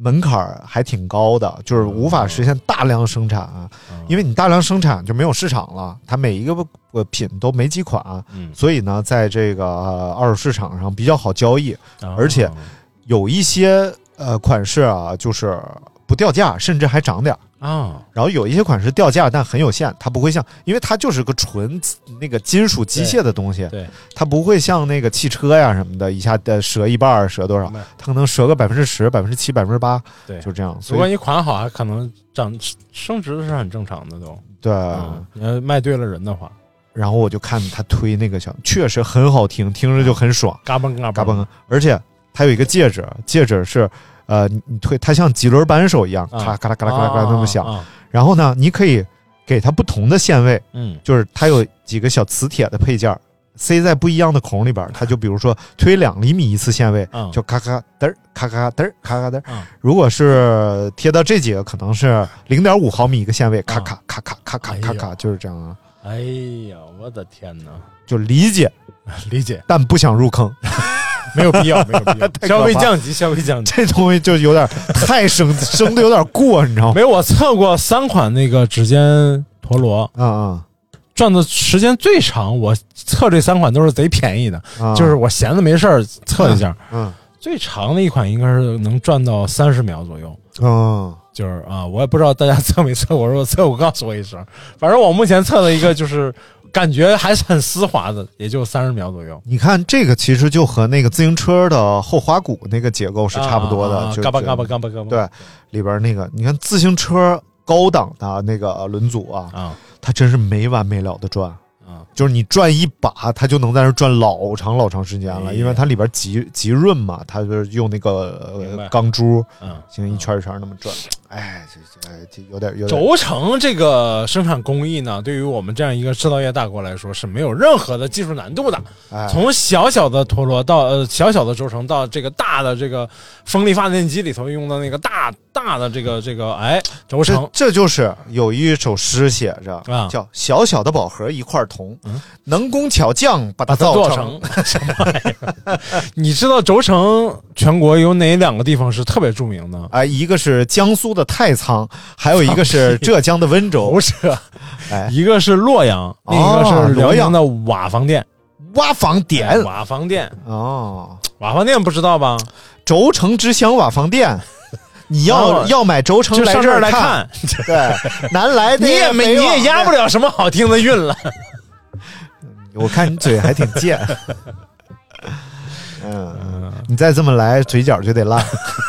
H: 门槛还挺高的，就是无法实现大量生产，因为你大量生产就没有市场了，它每一个品都没几款，所以呢，在这个二手市场上比较好交易，而且有一些呃款式啊，就是不掉价，甚至还涨点啊。然后有一些款式掉价，但很有限，它不会像，因为它就是个纯那个金属机械的东西，
I: 对，
H: 它不会像那个汽车呀什么的，一下折一半，折多少，它可能折个百分之十、百分之七、百分之八，对，就这样。
I: 如果你款好，还可能涨升值是很正常的都。
H: 对，
I: 嗯、你要卖对了人的话。
H: 然后我就看他推那个小，确实很好听，听着就很爽，
I: 嘎嘣嘎
H: 嘎嘣，而且它有一个戒指，戒指是。呃，你推它像几轮扳手一样，咔啦咔啦咔啦咔啦咔啦那么响。
I: 啊、
H: 然后呢，你可以给它不同的限位，
I: 嗯，
H: 就是它有几个小磁铁的配件，塞在不一样的孔里边。它就比如说推两厘米一次限位，
I: 嗯、
H: 就咔咔嘚儿，咔咔嘚儿，咔咔嘚儿。嗯、如果是贴到这几个，可能是零点五毫米一个限位，咔咔咔咔咔咔咔咔，就是这样啊。
I: 哎呀，我的天哪！
H: 就理解
I: 理解，
H: 但不想入坑。
I: 没有必要，没有必要，消费降级，消费降级，
H: 这东西就有点太升升的有点过，你知道吗？
I: 没有，我测过三款那个指尖陀螺，
H: 啊啊，
I: 转的时间最长，我测这三款都是贼便宜的，啊、就是我闲着没事儿测一下，
H: 嗯，嗯
I: 最长的一款应该是能转到三十秒左右，
H: 嗯，
I: 就是啊，我也不知道大家测没测过，如果测过告诉我一声，反正我目前测的一个就是。感觉还是很丝滑的，也就三十秒左右。
H: 你看这个其实就和那个自行车的后滑骨那个结构是差不多的，
I: 啊啊、
H: 就
I: 嘎巴嘎巴嘎巴嘎巴。
H: 对，里边那个你看自行车高档的那个轮组啊，
I: 啊
H: 它真是没完没了的转。
I: 啊，
H: 就是你转一把，它就能在那转老长老长时间了，
I: 哎、
H: 因为它里边极极润嘛，它就是用那个、呃、钢珠，
I: 嗯，
H: 行一圈一圈那么转。哎，这这这有点有点。
I: 轴承这个生产工艺呢，对于我们这样一个制造业大国来说是没有任何的技术难度的。
H: 哎、
I: 从小小的陀螺到呃小小的轴承，到这个大的这个风力发电机里头用的那个大大的这个这个哎轴承，
H: 这这就是有一首诗写着，
I: 啊、
H: 叫小小的宝盒一块铜，
I: 嗯、
H: 能工巧匠把它造成。
I: 什么玩意儿？你知道轴承全国有哪两个地方是特别著名的？
H: 哎，一个是江苏的太仓，还有一个是浙江的温州。
I: 不是，
H: 哎，
I: 一个是洛阳，另一个是辽阳的瓦房店。
H: 瓦房店，哎、
I: 瓦房店
H: 哦，
I: 瓦房店不知道吧？
H: 轴承之乡瓦房店。你要、哦、要买轴承来这儿
I: 来看，
H: 对，南来的
I: 你也没你也压不了什么好听的韵了。
H: 我看你嘴还挺贱，嗯，嗯你再这么来，嘴角就得烂。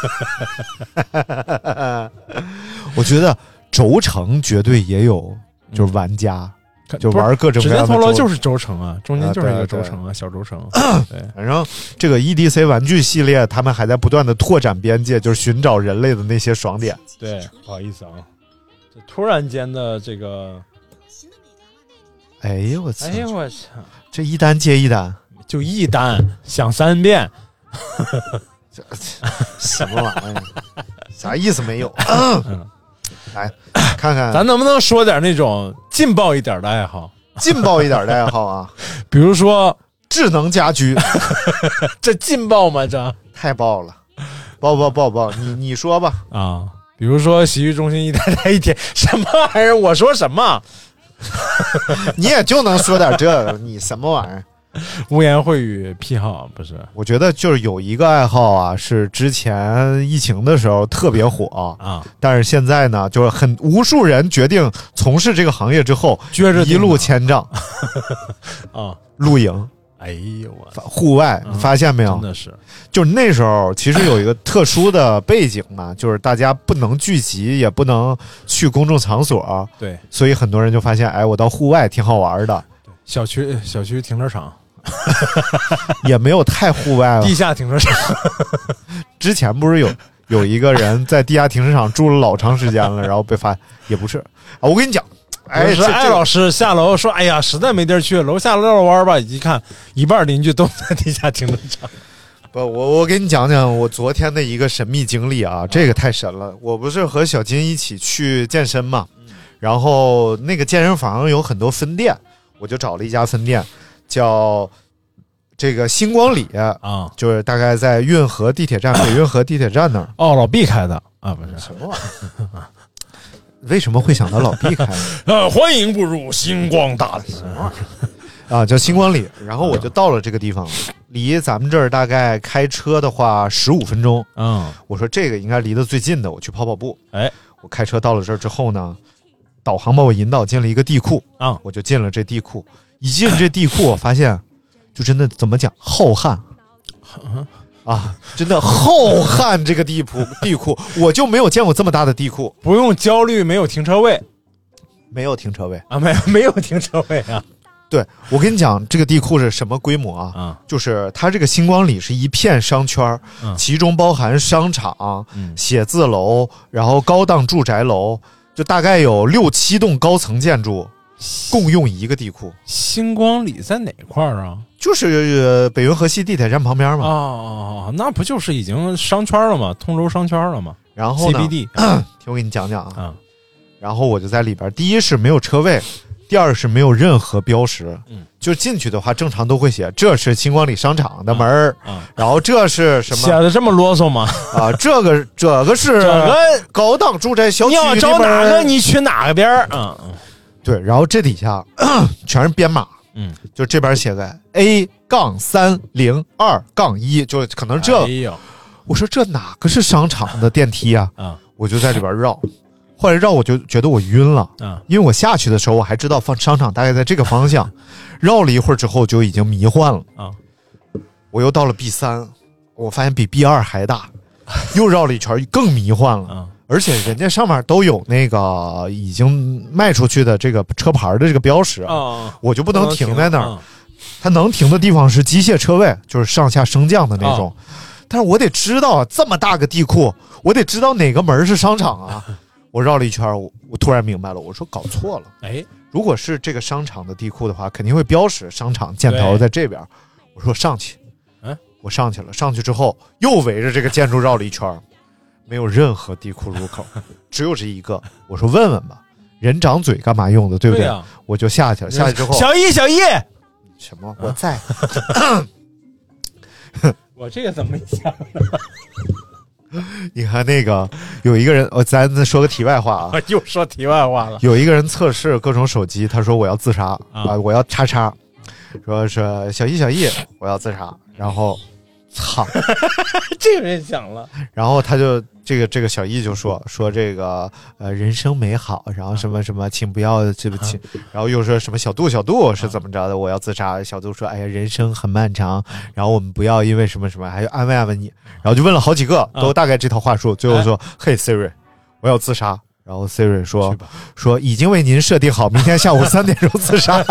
H: 我觉得轴承绝对也有，就是玩家。嗯就玩各种各样的
I: 指尖陀螺就是轴承啊，中间就是一个轴承啊，啊小轴承。对，
H: 反正这个 E D C 玩具系列，他们还在不断的拓展边界，就是寻找人类的那些爽点。
I: 对，不好意思啊，这突然间的这个，
H: 哎呦我操！
I: 哎呦我操！
H: 这一单接一单，
I: 就一单想三遍，
H: 这什么玩意儿？啥意思没有？嗯，来看看，
I: 咱能不能说点那种劲爆一点的爱好？
H: 劲爆一点的爱好啊，
I: 比如说
H: 智能家居，
I: 这劲爆吗？这
H: 太爆了，爆爆爆爆！你你说吧
I: 啊，比如说洗浴中心一台台一天，什么玩意儿？我说什么？
H: 你也就能说点这个，你什么玩意儿？
I: 污言秽语癖好不是？
H: 我觉得就是有一个爱好啊，是之前疫情的时候特别火
I: 啊，
H: 但是现在呢，就是很无数人决定从事这个行业之后，
I: 撅着
H: 一路千丈
I: 啊，
H: 露营。
I: 哎呦我，
H: 户外，
I: 嗯、
H: 你发现没有？
I: 真的是，
H: 就是那时候其实有一个特殊的背景嘛，就是大家不能聚集，也不能去公众场所，
I: 对，
H: 所以很多人就发现，哎，我到户外挺好玩的。
I: 小区小区停车场。
H: 也没有太户外了，
I: 地下停车场。
H: 之前不是有有一个人在地下停车场住了老长时间了，然后被发也不是啊，我跟你讲，哎，
I: 是艾老师下楼说，哎呀，实在没地儿去，楼下绕绕弯吧。一看，一半邻居都在地下停车场。
H: 不，我我给你讲讲我昨天的一个神秘经历啊，这个太神了。我不是和小金一起去健身嘛，然后那个健身房有很多分店，我就找了一家分店。叫这个星光里
I: 啊，
H: 就是大概在运河地铁站，北运河地铁站那儿。
I: 哦，老毕开的啊，不是
H: 什么玩意儿？为什么会想到老毕开的？
I: 呃，欢迎步入星光大道
H: 啊，叫星光里。然后我就到了这个地方，离咱们这儿大概开车的话十五分钟。
I: 嗯，
H: 我说这个应该离得最近的，我去跑跑步。
I: 哎，
H: 我开车到了这儿之后呢，导航把我引导进了一个地库
I: 啊，
H: 我就进了这地库。一进这地库，我发现就真的怎么讲浩瀚。啊，真的浩瀚！这个地库地库，我就没有见过这么大的地库。
I: 不用焦虑，没有停车位，
H: 没有停车位
I: 啊，没有没有停车位啊。
H: 对，我跟你讲，这个地库是什么规模啊？
I: 嗯、
H: 就是它这个星光里是一片商圈，嗯、其中包含商场、嗯、写字楼，然后高档住宅楼，就大概有六七栋高层建筑，共用一个地库。
I: 星光里在哪块儿啊？
H: 就是、呃、北运河西地铁站旁边嘛。
I: 哦，那不就是已经商圈了吗？通州商圈了吗？
H: 然后呢
I: C B D，
H: 听我给你讲讲啊。
I: 嗯、
H: 然后我就在里边，第一是没有车位，第二是没有任何标识。嗯，就进去的话，正常都会写这是星光里商场的门儿。嗯，然后这是什么？
I: 写的这么啰嗦吗？
H: 啊，这个这个是
I: 这个
H: 高档住宅小区。
I: 你要找哪个，你去哪个边儿。嗯，
H: 对。然后这底下全是编码。嗯，就这边写个 A 杠三零二杠一，就可能这。
I: 哎呦，
H: 我说这哪个是商场的电梯啊？啊，我就在里边绕，后来绕我就觉得我晕了。啊，因为我下去的时候我还知道放商场大概在这个方向，绕了一会儿之后就已经迷幻了。啊，我又到了 B 三，我发现比 B 二还大，又绕了一圈更迷幻了。啊，而且人家上面都有那个已经卖出去的这个车牌的这个标识，
I: 啊，
H: 我就不能停在那儿。它能停的地方是机械车位，就是上下升降的那种。啊，但是我得知道啊，这么大个地库，我得知道哪个门是商场啊。我绕了一圈，我我突然明白了，我说搞错了。
I: 哎，
H: 如果是这个商场的地库的话，肯定会标识商场箭头在这边。我说上去，嗯，我上去了，上去之后又围着这个建筑绕了一圈。没有任何地库入口，只有这一个。我说问问吧，人长嘴干嘛用的，对不对？
I: 对啊，
H: 我就下去了。下去之后，
I: 小易，小易，
H: 什么？我在。
I: 我这个怎么想的？
H: 你看那个有一个人，哦，咱说个题外话啊，
I: 又说题外话了。
H: 有一个人测试各种手机，他说我要自杀啊、呃，我要叉叉，说是小易，小易，我要自杀，然后。操，
I: 这个人想了，
H: 然后他就这个这个小易就说说这个呃人生美好，然后什么什么，请不要对不起，然后又说什么小杜小杜是怎么着的，我要自杀。小杜说哎呀人生很漫长，然后我们不要因为什么什么，还要安慰安慰你，然后就问了好几个，都大概这套话术，最后说嘿 Siri 我要自杀，然后 Siri 说说已经为您设定好明天下午三点钟自杀。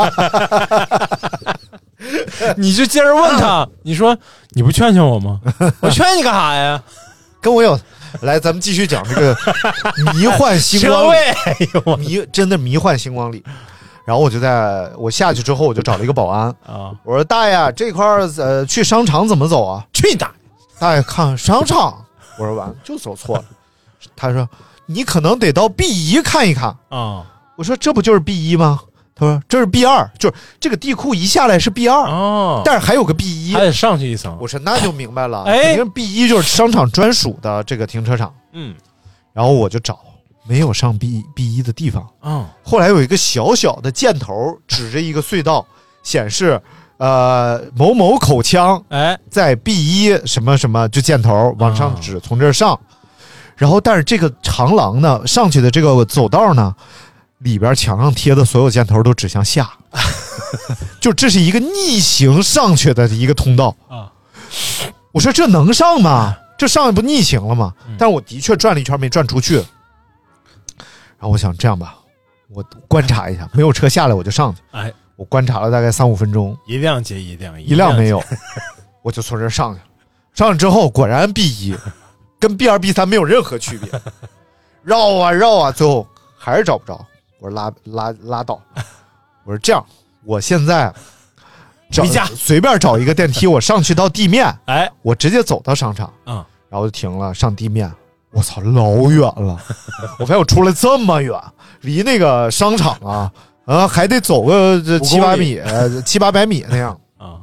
I: 你就接着问他，你说你不劝劝我吗？我劝你干啥呀？
H: 跟我有来，咱们继续讲这个迷幻星光里，迷真的迷幻星光里。然后我就在我下去之后，我就找了一个保安啊，我说大爷，这块呃去商场怎么走啊？
I: 去你大爷！
H: 大爷看商场，我说完了就走错了。他说你可能得到 B 一看一看啊。我说这不就是 B 一吗？他说这是 B 二，就是这个地库一下来是 B 二哦，但是还有个 B 一，
I: 还得上去一层。
H: 我说那就明白了，哎，因为 B 一就是商场专属的这个停车场。嗯，然后我就找没有上 B B 一的地方。嗯，后来有一个小小的箭头指着一个隧道，显示呃某某口腔，哎，在 B 一什么什么，就箭头往上指，从这儿上。然后但是这个长廊呢，上去的这个走道呢。里边墙上贴的所有箭头都指向下，就这是一个逆行上去的一个通道啊！我说这能上吗？这上去不逆行了吗？但是我的确转了一圈没转出去。然后我想这样吧，我观察一下，没有车下来我就上去。哎，我观察了大概三五分钟，
I: 一辆接一辆，
H: 一辆没有，我就从这上去。上去之后果然 B 一跟 B 二 B 三没有任何区别，绕啊绕啊，最后还是找不着。我说拉拉拉倒，我说这样，我现在
I: 回家
H: 随便找一个电梯，我上去到地面，
I: 哎，
H: 我直接走到商场，嗯，然后就停了，上地面，我操，老远了，我发现我出来这么远，离那个商场啊，啊，还得走个这七八米，七八百米那样啊，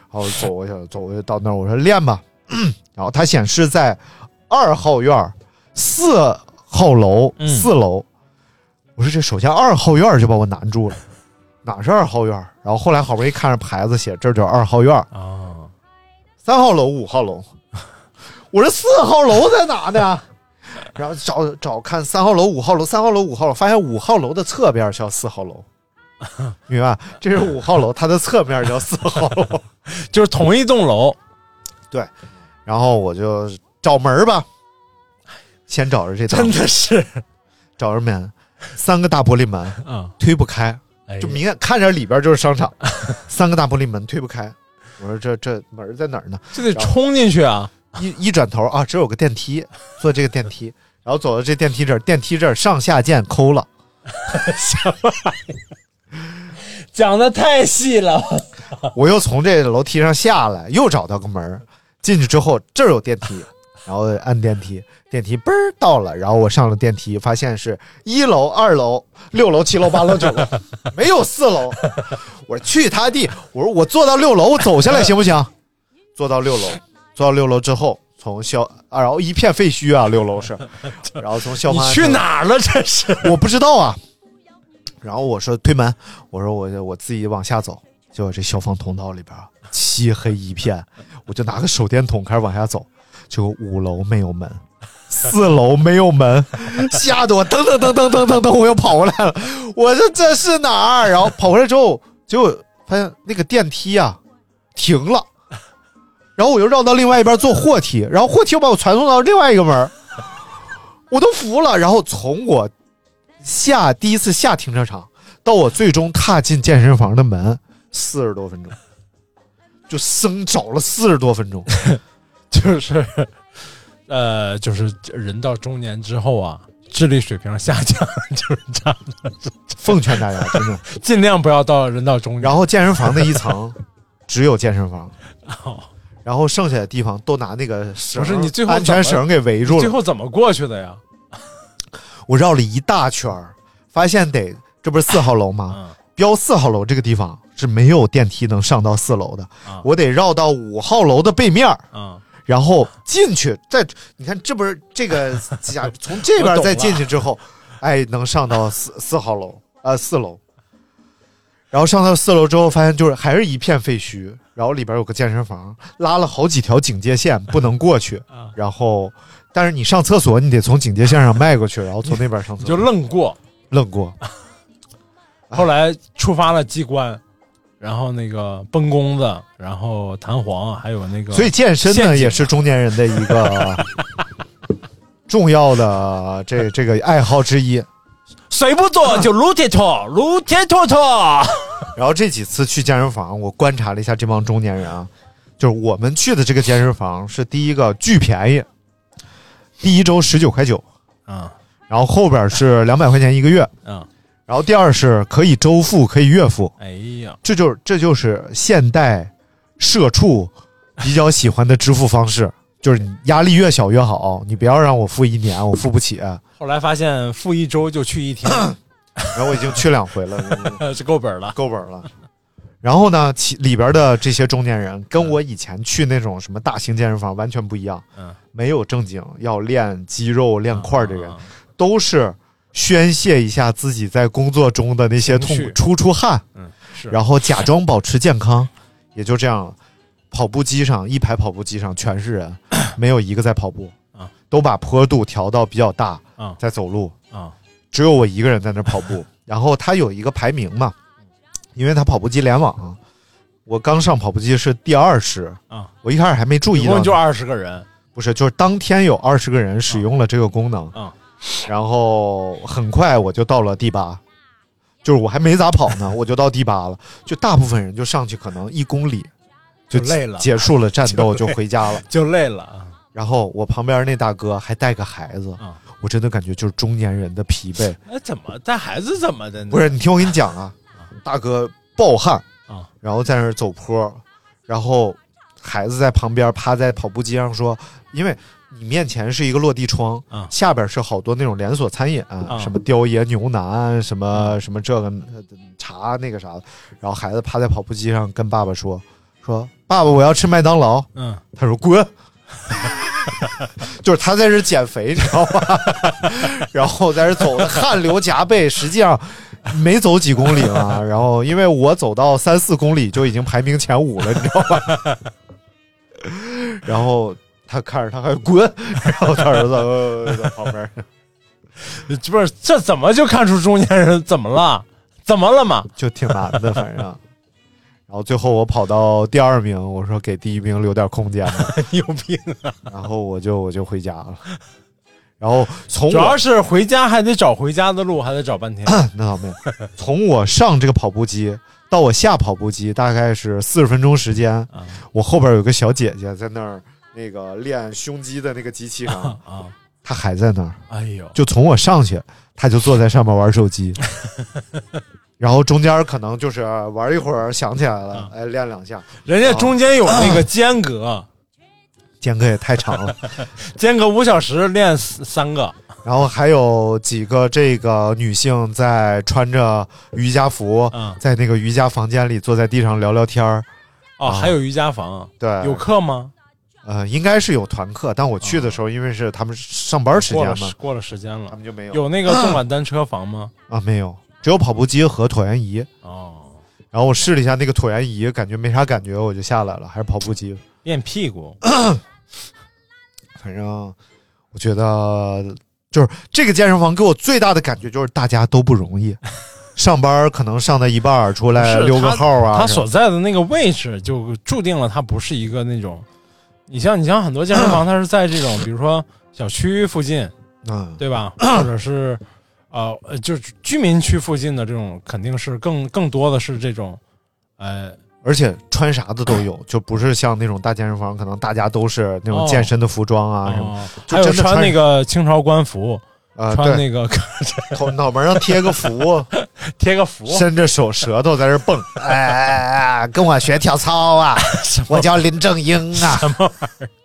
H: 然后走过去走过去到那儿，我说练吧，然后它显示在二号院四号楼、嗯、四楼。我说这首先二号院就把我难住了，哪是二号院？然后后来好不容易看着牌子写这叫二号院啊，三号楼、五号楼。我说四号楼在哪呢？然后找找看三号楼、五号楼、三号楼、五号楼，发现五号楼的侧边叫四号楼，明白？这是五号楼，它的侧面叫四号楼，
I: 就是同一栋楼。
H: 对，然后我就找门吧，先找着这
I: 真的是
H: 找着门。三个大玻璃门，嗯，推不开，就明显看着里边就是商场，三个大玻璃门推不开。我说这这门在哪儿呢？
I: 这得冲进去啊！
H: 一一转头啊，这有个电梯，坐这个电梯，然后走到这电梯这儿，电梯这儿上下键抠了。
I: 什么玩意？讲的太细了。
H: 我又从这楼梯上下来，又找到个门，进去之后这儿有电梯，然后按电梯。电梯嘣儿到了，然后我上了电梯，发现是一楼、二楼、六楼、七楼、八楼、九楼，没有四楼。我说去他地，我说我坐到六楼，我走下来行不行？坐到六楼，坐到六楼之后，从消、啊，然后一片废墟啊，六楼是，然后从消防
I: 你去哪儿了？这是
H: 我不知道啊。然后我说推门，我说我我自己往下走，结果这消防通道里边漆黑一片，我就拿个手电筒开始往下走，结果五楼没有门。四楼没有门，吓得我噔噔噔噔噔噔噔，我又跑过来了。我说这是哪儿？然后跑回来之后，结果发现那个电梯啊停了，然后我又绕到另外一边坐货梯，然后货梯又把我传送到另外一个门，我都服了。然后从我下第一次下停车场到我最终踏进健身房的门，四十多分钟，就生找了四十多分钟，
I: 就是。呃，就是人到中年之后啊，智力水平下降，就是这样的。
H: 奉劝大家，真的
I: 尽量不要到人到中年。
H: 然后健身房那一层只有健身房，哦、然后剩下的地方都拿那个绳，
I: 不是你最后
H: 安全绳给围住了。
I: 最后怎么过去的呀？
H: 我绕了一大圈，发现得这不是四号楼吗？嗯、标四号楼这个地方是没有电梯能上到四楼的，嗯、我得绕到五号楼的背面。嗯。然后进去，再你看，这不是这个从这边再进去之后，哎，能上到四四号楼，呃，四楼。然后上到四楼之后，发现就是还是一片废墟，然后里边有个健身房，拉了好几条警戒线，不能过去。然后，但是你上厕所，你得从警戒线上迈过去，然后从那边上厕所，
I: 就愣过，
H: 愣过。
I: 后来触发了机关。然后那个崩弓子，然后弹簧，还有那个，
H: 所以健身呢也是中年人的一个重要的这这个爱好之一。
I: 谁不做就撸铁拖，撸铁拖拖。
H: 然后这几次去健身房，我观察了一下这帮中年人啊，就是我们去的这个健身房是第一个巨便宜，第一周十九块九，嗯，然后后边是两百块钱一个月，嗯。然后第二是可以周付，可以月付。
I: 哎呀，
H: 这就是这就是现代社畜比较喜欢的支付方式，就是你压力越小越好，你不要让我付一年，我付不起。
I: 后来发现付一周就去一天，
H: 然后我已经去两回了，
I: 是够本了，
H: 够本了。然后呢，其里边的这些中年人跟我以前去那种什么大型健身房完全不一样，嗯，没有正经要练肌肉、练块的人，嗯、都是。宣泄一下自己在工作中的那些痛苦，出出汗，嗯，是，然后假装保持健康，也就这样了。跑步机上一排跑步机上全是人，没有一个在跑步啊，都把坡度调到比较大啊，在走路啊，只有我一个人在那跑步。然后他有一个排名嘛，因为他跑步机联网，我刚上跑步机是第二十啊，我一开始还没注意到，一
I: 共就二十个人，
H: 不是，就是当天有二十个人使用了这个功能啊。然后很快我就到了第八，就是我还没咋跑呢，我就到第八了。就大部分人就上去可能一公里
I: 就累了，
H: 结束了战斗就回家了，
I: 就累了。
H: 然后我旁边那大哥还带个孩子，嗯、我真的感觉就是中年人的疲惫。
I: 哎，怎么带孩子怎么的呢？
H: 不是，你听我跟你讲啊，大哥暴汗啊，然后在那儿走坡，然后孩子在旁边趴在跑步机上说，因为。你面前是一个落地窗，嗯、下边是好多那种连锁餐饮，嗯、什么雕爷牛腩，什么什么这个茶那个啥的。然后孩子趴在跑步机上跟爸爸说：“ 说爸爸我要吃麦当劳，
I: 嗯，
H: 他说滚。就是他在这减肥，你知道吗？然后在这走的汗流浃背，实际上没走几公里嘛。然后因为我走到三四公里就已经排名前五了，你知道吗？然后他看着他还滚，然后他儿子、呃、在旁边，
I: 不是这怎么就看出中年人怎么了？怎么了嘛？
H: 就挺难的，反正。然后最后我跑到第二名，我说给第一名留点空间吧，
I: 有病啊！
H: 然后我就我就回家了。然后从
I: 主要是回家还得找回家的路，还得找半天。
H: 那倒没有，从我上这个跑步机到我下跑步机大概是四十分钟时间。啊、我后边有个小姐姐在那儿那个练胸肌的那个机器上啊，她还在那儿。
I: 哎呦，
H: 就从我上去，她就坐在上面玩手机。然后中间可能就是玩一会儿想起来了，哎，练两下。
I: 人家中间有那个间隔，
H: 间隔也太长了，
I: 间隔五小时练三个。
H: 然后还有几个这个女性在穿着瑜伽服，
I: 嗯、
H: 在那个瑜伽房间里坐在地上聊聊天儿。
I: 哦，啊、还有瑜伽房？
H: 对，
I: 有课吗？
H: 呃，应该是有团课，但我去的时候，因为是他们上班时间嘛，
I: 过了过了时间了，
H: 他们就没有。
I: 有那个动感单车房吗？
H: 啊，没有。只有跑步机和椭圆仪
I: 哦，
H: 然后我试了一下那个椭圆仪，感觉没啥感觉，我就下来了，还是跑步机
I: 练屁股。
H: 反正我觉得就是这个健身房给我最大的感觉就是大家都不容易，上班可能上到一半出来溜个号啊，
I: 他所在的那个位置就注定了它不是一个那种，你像你像很多健身房，它是在这种比如说小区附近，
H: 嗯，
I: 对吧，或者是。呃，就是居民区附近的这种，肯定是更更多的是这种，呃，
H: 而且穿啥的都有，就不是像那种大健身房，可能大家都是那种健身的服装啊、哦、什么，
I: 还有穿那个清朝官服，
H: 啊、呃，
I: 穿那个
H: 头脑门上贴个符，
I: 贴个符，
H: 伸着手舌头在这蹦，哎哎哎，跟我学跳操啊！我叫林正英啊！
I: 什么玩意儿？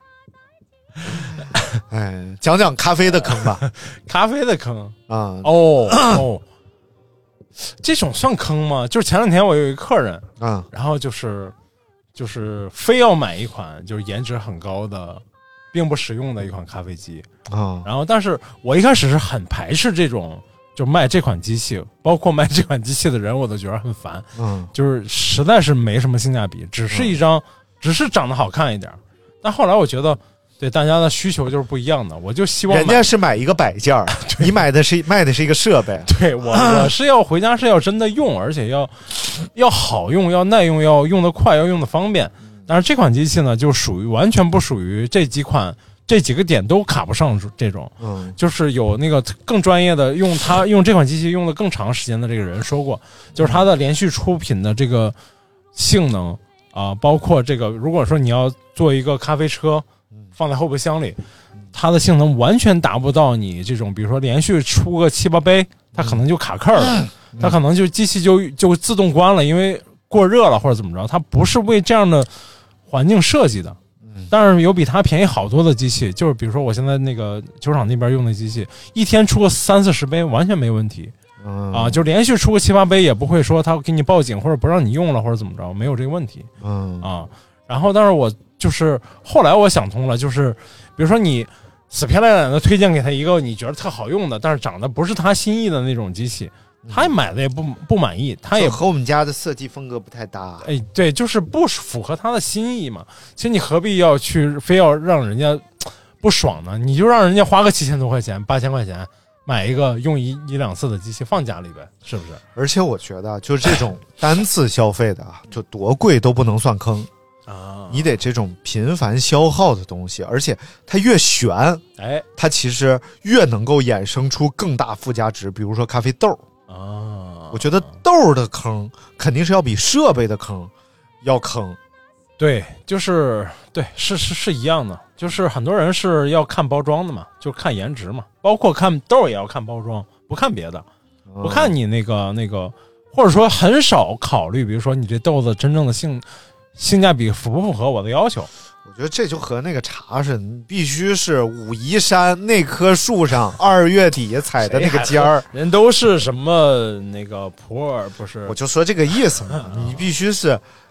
H: 哎，讲讲咖啡的坑吧。
I: 咖啡的坑
H: 啊，
I: 哦哦，这种算坑吗？就是前两天我有一个客人，
H: 嗯，
I: 然后就是就是非要买一款就是颜值很高的，并不实用的一款咖啡机
H: 啊。
I: 然后，但是我一开始是很排斥这种，就卖这款机器，包括卖这款机器的人，我都觉得很烦。
H: 嗯，
I: 就是实在是没什么性价比，只是一张，嗯、只是长得好看一点。但后来我觉得。对大家的需求就是不一样的，我就希望
H: 人家是买一个摆件儿，你买的是卖的是一个设备。
I: 对我我是要回家是要真的用，而且要要好用，要耐用，要用得快，要用得方便。但是这款机器呢，就属于完全不属于这几款这几个点都卡不上这种。
H: 嗯，
I: 就是有那个更专业的用它用这款机器用的更长时间的这个人说过，就是它的连续出品的这个性能啊、呃，包括这个如果说你要做一个咖啡车。放在后备箱里，它的性能完全达不到你这种，比如说连续出个七八杯，它可能就卡壳了，它可能就机器就就自动关了，因为过热了或者怎么着，它不是为这样的环境设计的。但是有比它便宜好多的机器，就是比如说我现在那个球场那边用的机器，一天出个三四十杯完全没问题。啊，就连续出个七八杯也不会说他给你报警或者不让你用了或者怎么着，没有这个问题。
H: 嗯
I: 啊，然后但是我。就是后来我想通了，就是比如说你死皮赖脸的推荐给他一个你觉得特好用的，但是长得不是他心意的那种机器，他买的也不不满意，他也
H: 和我们家的设计风格不太搭。
I: 哎，对，就是不符合他的心意嘛。其实你何必要去非要让人家不爽呢？你就让人家花个七千多块钱、八千块钱买一个用一一两次的机器放家里呗，是不是？
H: 而且我觉得，就这种单次消费的，就多贵都不能算坑。
I: 啊，
H: 你得这种频繁消耗的东西，而且它越悬，
I: 哎，
H: 它其实越能够衍生出更大附加值。比如说咖啡豆
I: 啊，
H: 我觉得豆的坑肯定是要比设备的坑要坑。
I: 对，就是对，是是是一样的，就是很多人是要看包装的嘛，就看颜值嘛，包括看豆也要看包装，不看别的，不看你那个那个，或者说很少考虑，比如说你这豆子真正的性。性价比符不符合我的要求？
H: 我觉得这就和那个茶似的，你必须是武夷山那棵树上二月底采的那个尖儿，
I: 人都是什么那个普洱不是？
H: 我就说这个意思嘛，你必须是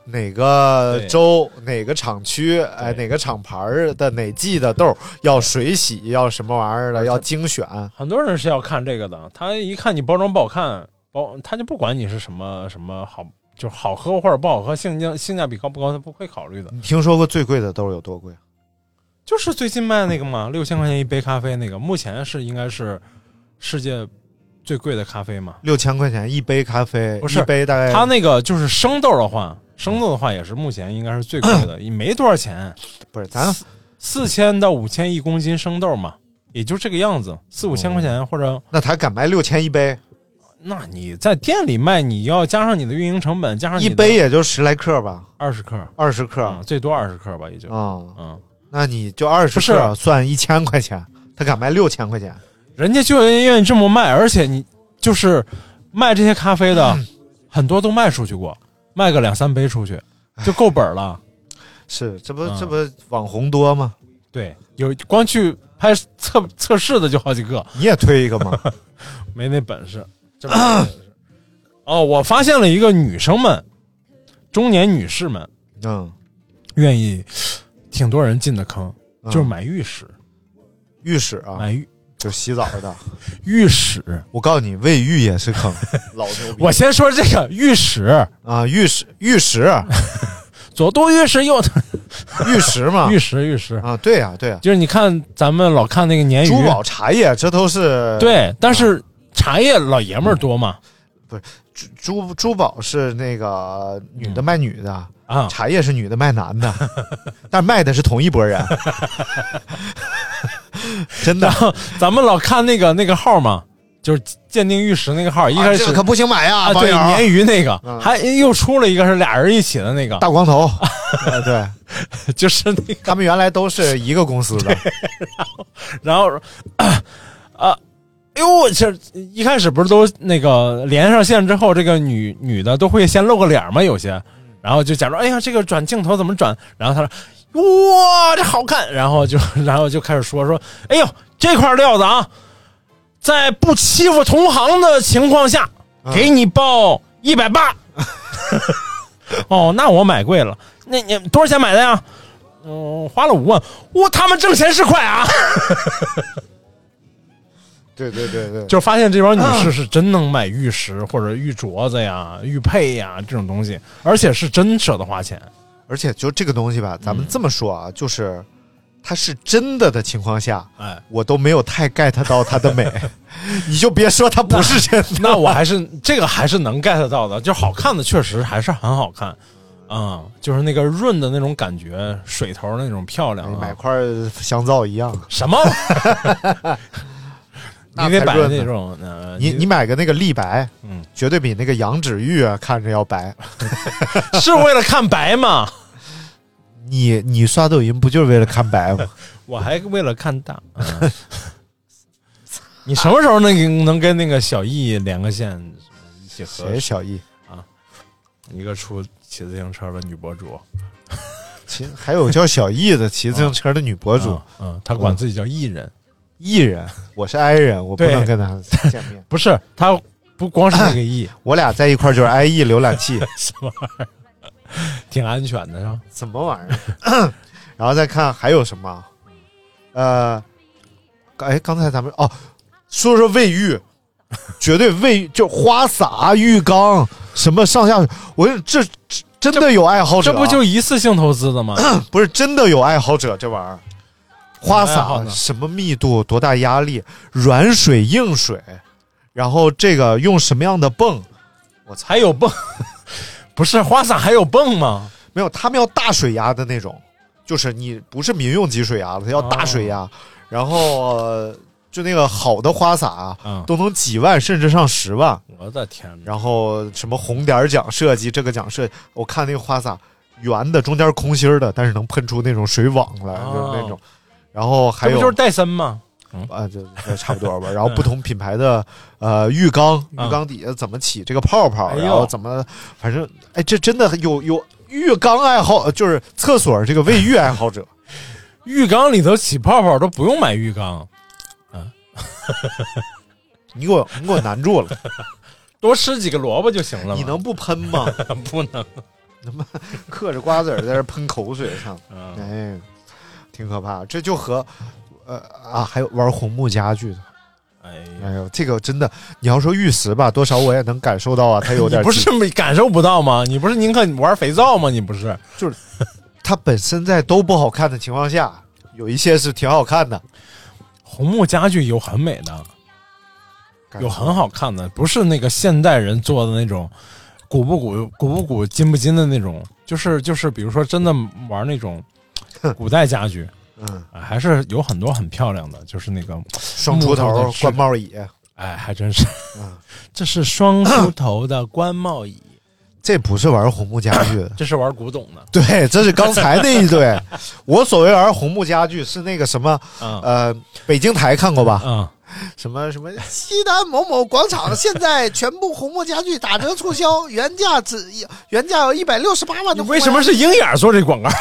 H: 哪个州哪个厂区，哎，哪个厂牌的哪季的豆要水洗，要什么玩意儿的，要精选。
I: 很多人是要看这个的，他一看你包装不好看，包他就不管你是什么什么好，就是好喝或者不好喝，性价性价比高不高，他不会考虑的。
H: 你听说过最贵的豆有多贵？
I: 就是最近卖那个嘛，六千块钱一杯咖啡那个，目前是应该是世界最贵的咖啡嘛。
H: 六千块钱一杯咖啡，
I: 不是
H: 一杯大概。
I: 它那个就是生豆的话，生豆的话也是目前应该是最贵的，也没多少钱。
H: 不是咱
I: 四千到五千一公斤生豆嘛，也就这个样子，四五千块钱、哦、或者。
H: 那他敢卖六千一杯？
I: 那你在店里卖，你要加上你的运营成本，加上你
H: 一杯也就十来克吧，
I: 二十克，
H: 二十克、
I: 嗯，最多二十克吧，也就。
H: 嗯
I: 嗯，
H: 那你就二十克算一千块钱，他敢卖六千块钱，
I: 人家就愿意这么卖，而且你就是卖这些咖啡的，嗯、很多都卖出去过，卖个两三杯出去就够本了。
H: 是，这不、嗯、这不网红多吗？
I: 对，有光去拍测测试的就好几个。
H: 你也推一个吗？
I: 没那本事。这么本事哦，我发现了一个女生们，中年女士们，
H: 嗯，
I: 愿意挺多人进的坑，嗯、就是买玉石。
H: 玉石啊，
I: 买玉
H: 就洗澡的
I: 玉石。
H: 我告诉你，卫浴也是坑。老牛逼！
I: 我先说这个玉石
H: 啊，玉石玉石。
I: 左渡玉石右
H: 玉石嘛，
I: 玉石玉石
H: 啊，对呀、啊、对呀、啊，
I: 就是你看咱们老看那个鲶鱼、
H: 珠宝、茶叶，这都是
I: 对，但是茶叶老爷们儿多嘛，
H: 不是珠珠珠宝是那个女的卖女的、
I: 嗯、啊，
H: 茶叶是女的卖男的，但卖的是同一拨人，真的。
I: 咱们老看那个那个号嘛。就是鉴定玉石那个号，一开始、
H: 啊、这可不行买呀、
I: 啊！对，鲶鱼那个、
H: 嗯，还
I: 又出了一个是俩人一起的那个
H: 大光头，啊、对，
I: 就是那个，
H: 他们原来都是一个公司的。
I: 然后，然后啊，啊哎呦，我这一开始不是都那个连上线之后，这个女女的都会先露个脸嘛，有些，然后就假装哎呀，这个转镜头怎么转？然后他说哇，这好看，然后就然后就开始说说，哎呦，这块料子啊。在不欺负同行的情况下，给你报一百八。哦，那我买贵了。那你多少钱买的呀？嗯，花了五万。哇，他们挣钱是快啊！
H: 对对对对，
I: 就发现这帮女士是真能买玉石或者玉镯子呀、玉佩呀这种东西，而且是真舍得花钱。
H: 而且就这个东西吧，咱们这么说啊，嗯、就是。它是真的的情况下，
I: 哎，
H: 我都没有太 get 到它的美，你就别说它不是真的。
I: 那, 那我还是这个还是能 get 到的，就好看的确实还是很好看，啊、嗯，就是那个润的那种感觉，水头那种漂亮、啊。
H: 你买块香皂一样，
I: 什么？你得买那种，呃、
H: 你你买个那个立白，嗯，绝对比那个羊脂玉啊看着要白，
I: 是为了看白吗？
H: 你你刷抖音不就是为了看白吗？
I: 我还为了看大。嗯、你什么时候能能跟那个小易连个线一起合？
H: 谁小易
I: 啊？一个出骑自行车的女博主，
H: 骑还有叫小易的骑自行车的女博主，
I: 嗯，嗯她管自己叫艺人，
H: 艺人，我是 I 人，我不能跟他见面。
I: 不是，他不光是那个艺，
H: 我俩在一块就是 I E 浏览器，
I: 什么玩意儿？挺安全的是吧？
H: 什么玩意儿？然后再看还有什么？呃，哎，刚才咱们哦，说说卫浴，绝对卫浴就花洒、浴缸什么上下，我这真的有爱好者、啊，
I: 这不就一次性投资的吗？
H: 不是真的有爱好者，这玩意儿，花洒什么密度、多大压力、软水、硬水，然后这个用什么样的泵？
I: 我才有泵。不是花洒还有泵吗？
H: 没有，他们要大水压的那种，就是你不是民用级水压了，它要大水压，哦、然后、呃、就那个好的花洒、啊嗯、都能几万甚至上十万。
I: 我的天哪！
H: 然后什么红点奖设计，这个奖设计，我看那个花洒圆的，中间空心的，但是能喷出那种水网来，哦、就是那种。然后还有，
I: 这不就是戴森吗？
H: 嗯、啊，就差不多吧。然后不同品牌的呃浴缸，浴缸底下怎么起这个泡泡，
I: 嗯、
H: 然后怎么，反正哎，这真的有有浴缸爱好，就是厕所这个卫浴爱好者，
I: 浴缸里头起泡泡都不用买浴缸，啊，
H: 你给我你给我难住了，
I: 多吃几个萝卜就行了。
H: 你能不喷吗？
I: 不能。
H: 他妈嗑着瓜子儿在这喷口水上，哎，挺可怕。这就和呃啊，还有玩红木家具的。哎哎呦，这个真的，你要说玉石吧，多少我也能感受到啊，它有点。
I: 你不是没感受不到吗？你不是宁可玩肥皂吗？你不是，
H: 就是它本身在都不好看的情况下，有一些是挺好看的。
I: 红木家具有很美的，有很好看的，不是那个现代人做的那种鼓不鼓、鼓不鼓、金不金的那种，就是就是，比如说真的玩那种古代家具。嗯，还是有很多很漂亮的，就是那个
H: 双出头官帽椅，
I: 哎，还真是，嗯，这是双出头的官帽椅，
H: 这不是玩红木家具的，
I: 这是玩古董的，
H: 对，这是刚才那一对。我所谓玩红木家具是那个什么，嗯、呃，北京台看过吧？嗯，什么什么西单某某广场现在全部红木家具打折促销，原价只原价有一百六十八万的。
I: 为什么是鹰眼做这广告？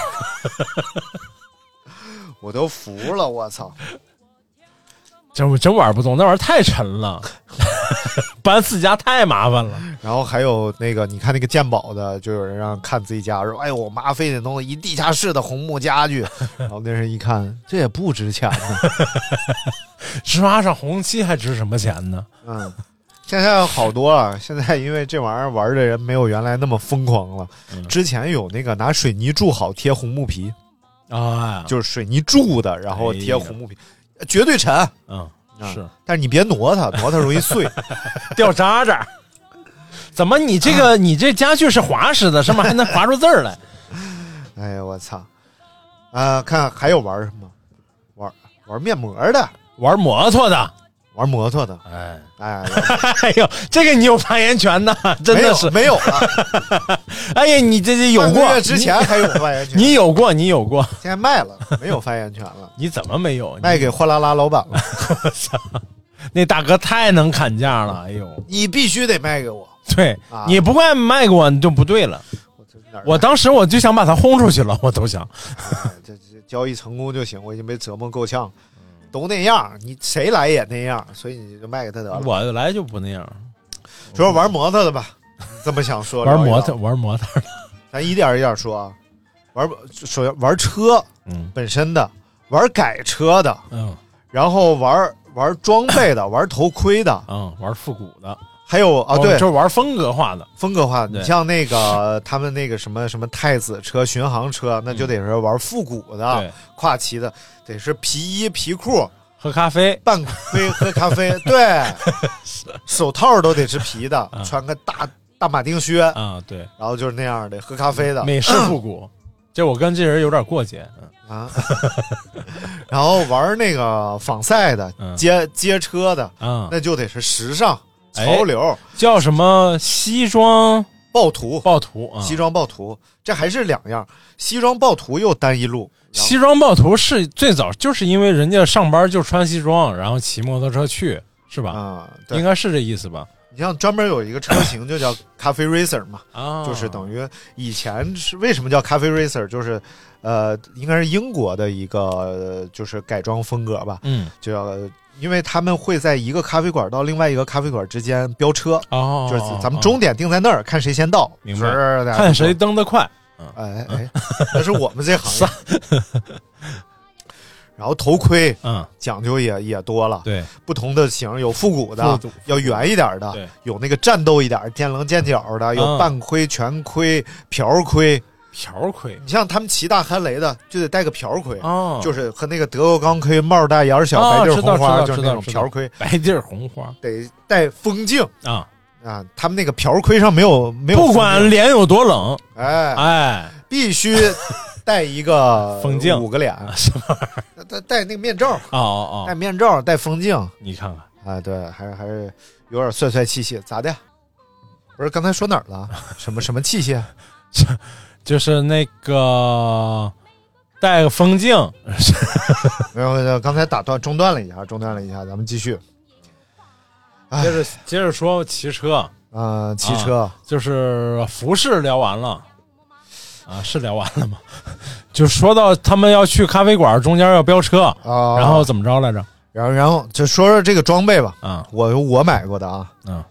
H: 我都服了，我操！
I: 真真玩不动，那玩意儿太沉了，搬自家太麻烦了。
H: 然后还有那个，你看那个鉴宝的，就有人让看自己家，说：“哎呦，我妈非得弄一地下室的红木家具。”然后那人一看，这也不值钱呢，
I: 刷上红漆还值什么钱呢？
H: 嗯，现在好多了。现在因为这玩意儿玩的人没有原来那么疯狂了。嗯、之前有那个拿水泥柱好贴红木皮。啊，就是水泥柱的，然后贴红木皮，哎、绝对沉。
I: 嗯，是，
H: 但是你别挪它，挪它容易碎，
I: 掉渣渣。怎么你这个、啊、你这家具是滑石的，上面还能滑出字儿来？
H: 哎呀，我操！啊，看还有玩什么？玩玩面膜的，
I: 玩摩托的。
H: 玩摩托的，哎
I: 哎哎呦，这个你有发言权的，真的是
H: 没有了。
I: 哎呀，你这这有过，
H: 半个月之前还有发言权，
I: 你有过，你有过，
H: 现在卖了，没有发言权了。
I: 你怎么没有？
H: 卖给货拉拉老板了。
I: 那大哥太能砍价了，哎呦，
H: 你必须得卖给我。
I: 对，啊、你不怪卖给我，你就不对了。我当时我就想把他轰出去了，我都想。
H: 哎、这这交易成功就行，我已经被折磨够呛。都那样，你谁来也那样，所以你就卖给他得了。
I: 我来就不那样，
H: 说玩摩托的吧，这么想说。
I: 玩摩托，玩摩托的，
H: 咱一点一点说啊。玩首先玩车，嗯，本身的，玩改车的，嗯，然后玩玩装备的，玩头盔的，
I: 嗯，玩复古的，
H: 还有啊，对，
I: 就是玩风格化的，
H: 风格化的。你像那个他们那个什么什么太子车、巡航车，那就得是玩复古的，
I: 对，
H: 跨骑的。得是皮衣皮裤，
I: 喝咖啡，
H: 半盔喝咖啡，对，手套都得是皮的，
I: 嗯、
H: 穿个大大马丁靴
I: 啊、嗯，对，
H: 然后就是那样的喝咖啡的
I: 美式复古，这我跟这人有点过节，
H: 嗯、啊，然后玩那个仿赛的，嗯、街街车的，嗯，那就得是时尚潮流，
I: 哎、叫什么西装
H: 暴徒，
I: 暴徒，嗯、
H: 西装暴徒，这还是两样，西装暴徒又单一路。
I: 西装暴徒是最早就是因为人家上班就穿西装，然后骑摩托车去，是吧？
H: 啊、
I: 嗯，应该是这意思吧？
H: 你像专门有一个车型就叫咖啡 racer 嘛，啊，就是等于以前是为什么叫咖啡 racer， 就是呃，应该是英国的一个就是改装风格吧，嗯，就叫。因为他们会在一个咖啡馆到另外一个咖啡馆之间飙车，哦，就是咱们终点定在那儿，哦、看谁先到，
I: 明白？看谁蹬得快。
H: 哎哎，那是我们这行业。然后头盔，嗯，讲究也也多了，
I: 对，
H: 不同的型有复古的，要圆一点的，
I: 对，
H: 有那个战斗一点、见棱见角的，有半盔、全盔、瓢盔。
I: 瓢盔，
H: 你像他们骑大韩雷的就得戴个瓢盔，哦，就是和那个德国钢盔帽大眼小、白地红花，就是那种瓢盔，
I: 白地红花，
H: 得戴风镜啊啊！他们那个瓢盔上没有没有，
I: 不管脸有多冷，
H: 哎
I: 哎，
H: 必须戴一个
I: 风镜，
H: 五个脸，
I: 什么？
H: 戴戴那个面罩，
I: 哦哦，
H: 戴面罩，戴风镜，
I: 你看看
H: 啊，对，还是还是有点帅帅气气，咋的？不是刚才说哪儿了？什么什么器械？
I: 就是那个戴个风镜，
H: 没有，刚才打断中断了一下，中断了一下，咱们继续。
I: 接着接着说骑车啊、
H: 呃，骑车、
I: 啊、就是服饰聊完了啊，是聊完了吗？就说到他们要去咖啡馆，中间要飙车啊，然后怎么着来着？
H: 然后然后就说说这个装备吧啊，我我买过的啊，嗯。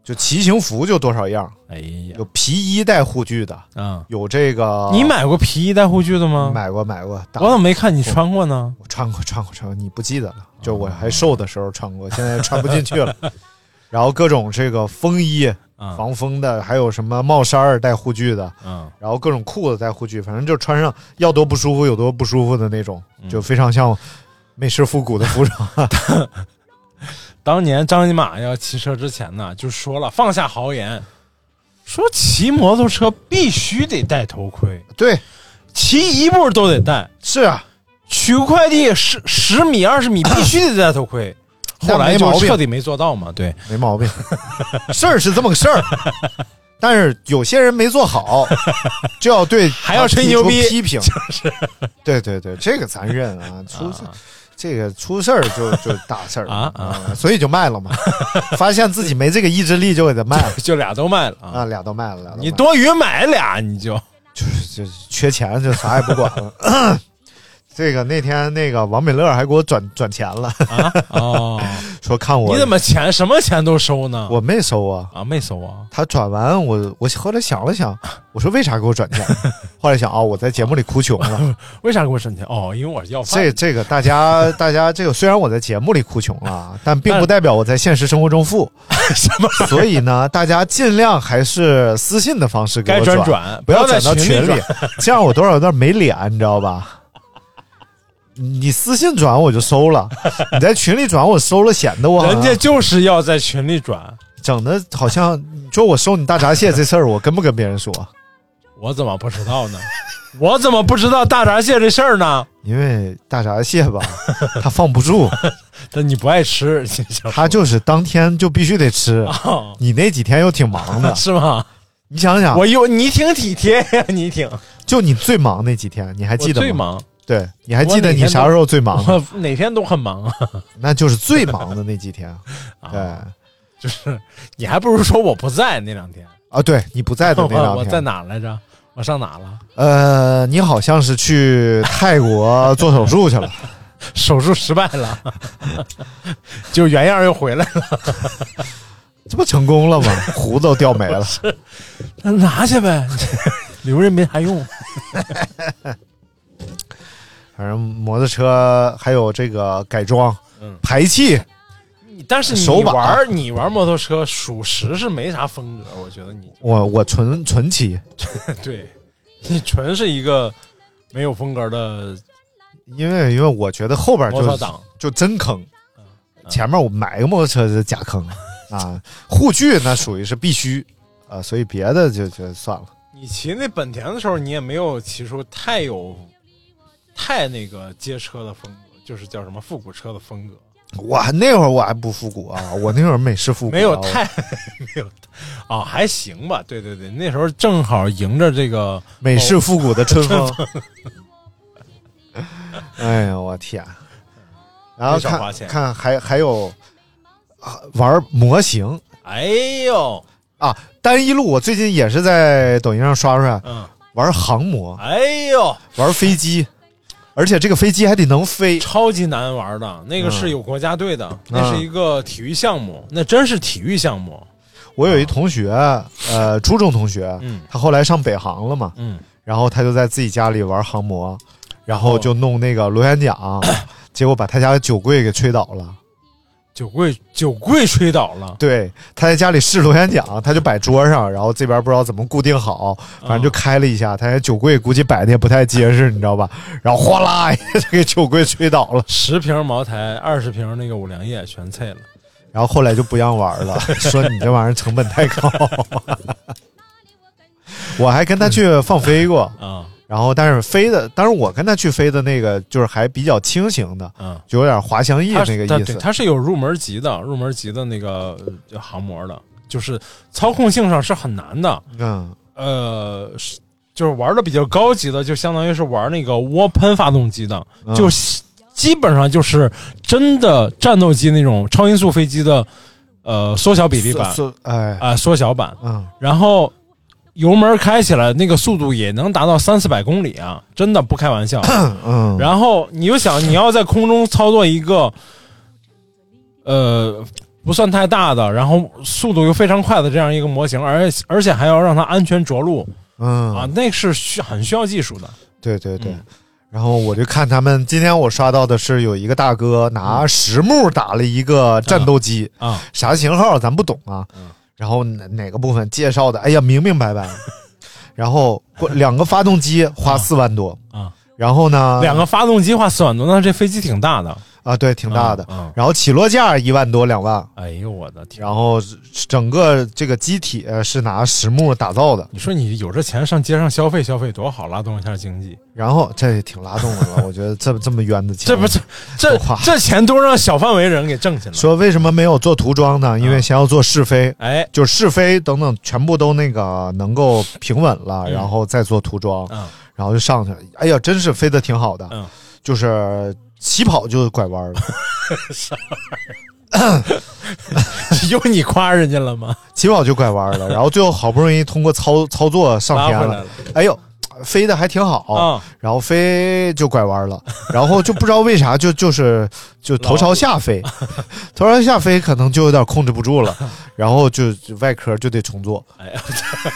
H: 就骑行服就多少样，
I: 哎呀，
H: 有皮衣带护具的，
I: 嗯，
H: 有这个。
I: 你买过皮衣带护具的吗？
H: 买过买过，
I: 我怎么没看你穿过呢？
H: 我穿过穿过穿过，你不记得了？就我还瘦的时候穿过，现在穿不进去了。然后各种这个风衣。防风的，还有什么帽衫带护具的，嗯，然后各种裤子带护具，反正就穿上要多不舒服有多不舒服的那种，嗯、就非常像美式复古的服装。
I: 当年张尼玛要骑车之前呢，就说了放下豪言，说骑摩托车必须得戴头盔，
H: 对，
I: 骑一步都得戴。
H: 是啊，
I: 取个快递十十米二十米必须得戴头盔。后来就彻底没做到嘛，对，
H: 没毛病。事儿是这么个事儿，但是有些人没做好，就要对
I: 还要吹牛逼
H: 批评，就是对对对，这个咱认啊，出、啊、这个出事儿就就大事儿啊啊，所以就卖了嘛。发现自己没这个意志力，就给他卖了，
I: 就, 就俩都卖了 啊,
H: 啊，俩都卖了，俩都卖了
I: 你多余买俩，你就
H: 就是就缺钱，就啥也不管了。这个那天那个王美乐还给我转转钱了
I: 啊！哦，
H: 说看我
I: 你怎么钱什么钱都收呢？
H: 我没收啊
I: 啊，没收啊！
H: 他转完我，我后来想了想，我说为啥给我转钱？后来想啊、哦，我在节目里哭穷了。
I: 为啥给我转钱？哦，因为我要饭。
H: 这这个大家大家这个虽然我在节目里哭穷了，但并不代表我在现实生活中富。
I: 什么？
H: 所以呢，大家尽量还是私信的方式给我转，
I: 该转转，
H: 不要转到群里，这样我多少有点没脸，你知道吧？你私信转我就收了，你在群里转我收了，显得我
I: 人家就是要在群里转，
H: 整的好像你说我收你大闸蟹这事儿，我跟不跟别人说？
I: 我怎么不知道呢？我怎么不知道大闸蟹这事儿呢？
H: 因为大闸蟹吧，它放不住，
I: 但你不爱吃，
H: 它就是当天就必须得吃。哦、你那几天又挺忙的，
I: 是吗？
H: 你想想，
I: 我有你挺体贴呀，你挺
H: 就你最忙那几天，你还记得吗？
I: 最忙。
H: 对，你还记得你啥时候最忙？
I: 我哪天都很忙啊，
H: 那就是最忙的那几天。对、啊，
I: 就是你还不如说我不在那两天
H: 啊。对，你不在的那两天，
I: 我在哪来着？我上哪了？
H: 呃，你好像是去泰国做手术去了，
I: 手术失败了，就原样又回来了。
H: 这不成功了吗？胡子都掉没了，
I: 那拿去呗，留着没啥用。
H: 反正摩托车还有这个改装、嗯、排气，
I: 但是你玩你玩摩托车属实是没啥风格，我觉得你
H: 我我纯纯骑，
I: 对，你纯是一个没有风格的，
H: 因为因为我觉得后边就就真坑，嗯嗯、前面我买个摩托车是假坑啊，护具那属于是必须啊，所以别的就就算了。
I: 你骑那本田的时候，你也没有骑出太有。太那个街车的风格，就是叫什么复古车的风格。
H: 我那会儿我还不复古啊，我那会儿美式复古、啊、
I: 没有太没有啊、哦，还行吧。对对对，那时候正好迎着这个
H: 美式复古的春风。哎呀，我天！然后看看还还有玩模型。
I: 哎呦
H: 啊，单一路我最近也是在抖音上刷出来，嗯，玩航模。
I: 哎呦，
H: 玩飞机。而且这个飞机还得能飞，
I: 超级难玩的。那个是有国家队的、嗯、那是一个体育项目、嗯、那真是体育项目。
H: 我有一同学、啊、呃初中同学、嗯、他后来上北航了嘛，嗯，然后他就在自己家里玩航模，然后就弄那个螺旋桨、哦、结果把他家的酒柜给吹倒了。
I: 酒柜酒柜吹倒了，
H: 对，他在家里试螺旋桨，他就摆桌上，然后这边不知道怎么固定好，反正就开了一下，他酒柜估计摆的也不太结实，你知道吧？然后哗啦一下就给酒柜吹倒了，
I: 十瓶茅台，二十瓶那个五粮液全碎了，
H: 然后后来就不让玩了，说你这玩意儿成本太高。我还跟他去放飞过啊。嗯然后，但是飞的，当然我跟他去飞的那个就是还比较轻型的，嗯，就有点滑翔翼那个意思。
I: 它是有入门级的，入门级的那个航模的，就是操控性上是很难的。嗯，呃，就是玩的比较高级的，就相当于是玩那个涡喷发动机的，嗯、就基本上就是真的战斗机那种超音速飞机的，呃，缩小比例版，
H: 哎
I: 啊、呃，缩小版。嗯，然后。油门开起来，那个速度也能达到三四百公里啊！真的不开玩笑。嗯，然后你就想，你要在空中操作一个，呃， 不算太大的，然后速度又非常快的这样一个模型，而而且还要让它安全着陆，
H: 嗯
I: 啊，那是需很需要技术的。
H: 对对对。嗯，然后我就看他们，今天我刷到的是有一个大哥拿实木打了一个战斗机
I: 啊，啊
H: 啥型号咱不懂啊，嗯、然后哪哪个部分介绍的，哎呀明明白白，然后两个发动机花四万多
I: 啊，啊
H: 然后呢，
I: 两个发动机花四万多，那这飞机挺大的
H: 啊，对，挺大的，
I: 嗯嗯、
H: 然后起落架一万多两万，
I: 哎呦我的天！
H: 然后整个这个机体是拿实木打造的，
I: 你说你有这钱上街上消费消费多好，拉动一下经济。
H: 然后这也挺拉动的了，我觉得这么这么冤的钱，
I: 这不这这这钱都让小范围人给挣去了。
H: 说为什么没有做涂装呢？因为先要做试飞，
I: 哎、嗯，
H: 就试飞等等全部都那个能够平稳了，嗯、然后再做涂装，嗯，然后就上去了。哎呀，真是飞得挺好的，嗯，就是起跑就拐弯了。
I: 啥玩意儿？有你夸人家了吗？
H: 起跑就拐弯了，然后最后好不容易通过操操作上天了，
I: 了
H: 哎呦，飞得还挺好，
I: 嗯、
H: 然后飞就拐弯了，然后就不知道为啥就就是就头朝下飞，头朝下飞可能就有点控制不住了，然后就就外壳就得重做。
I: 哎呀。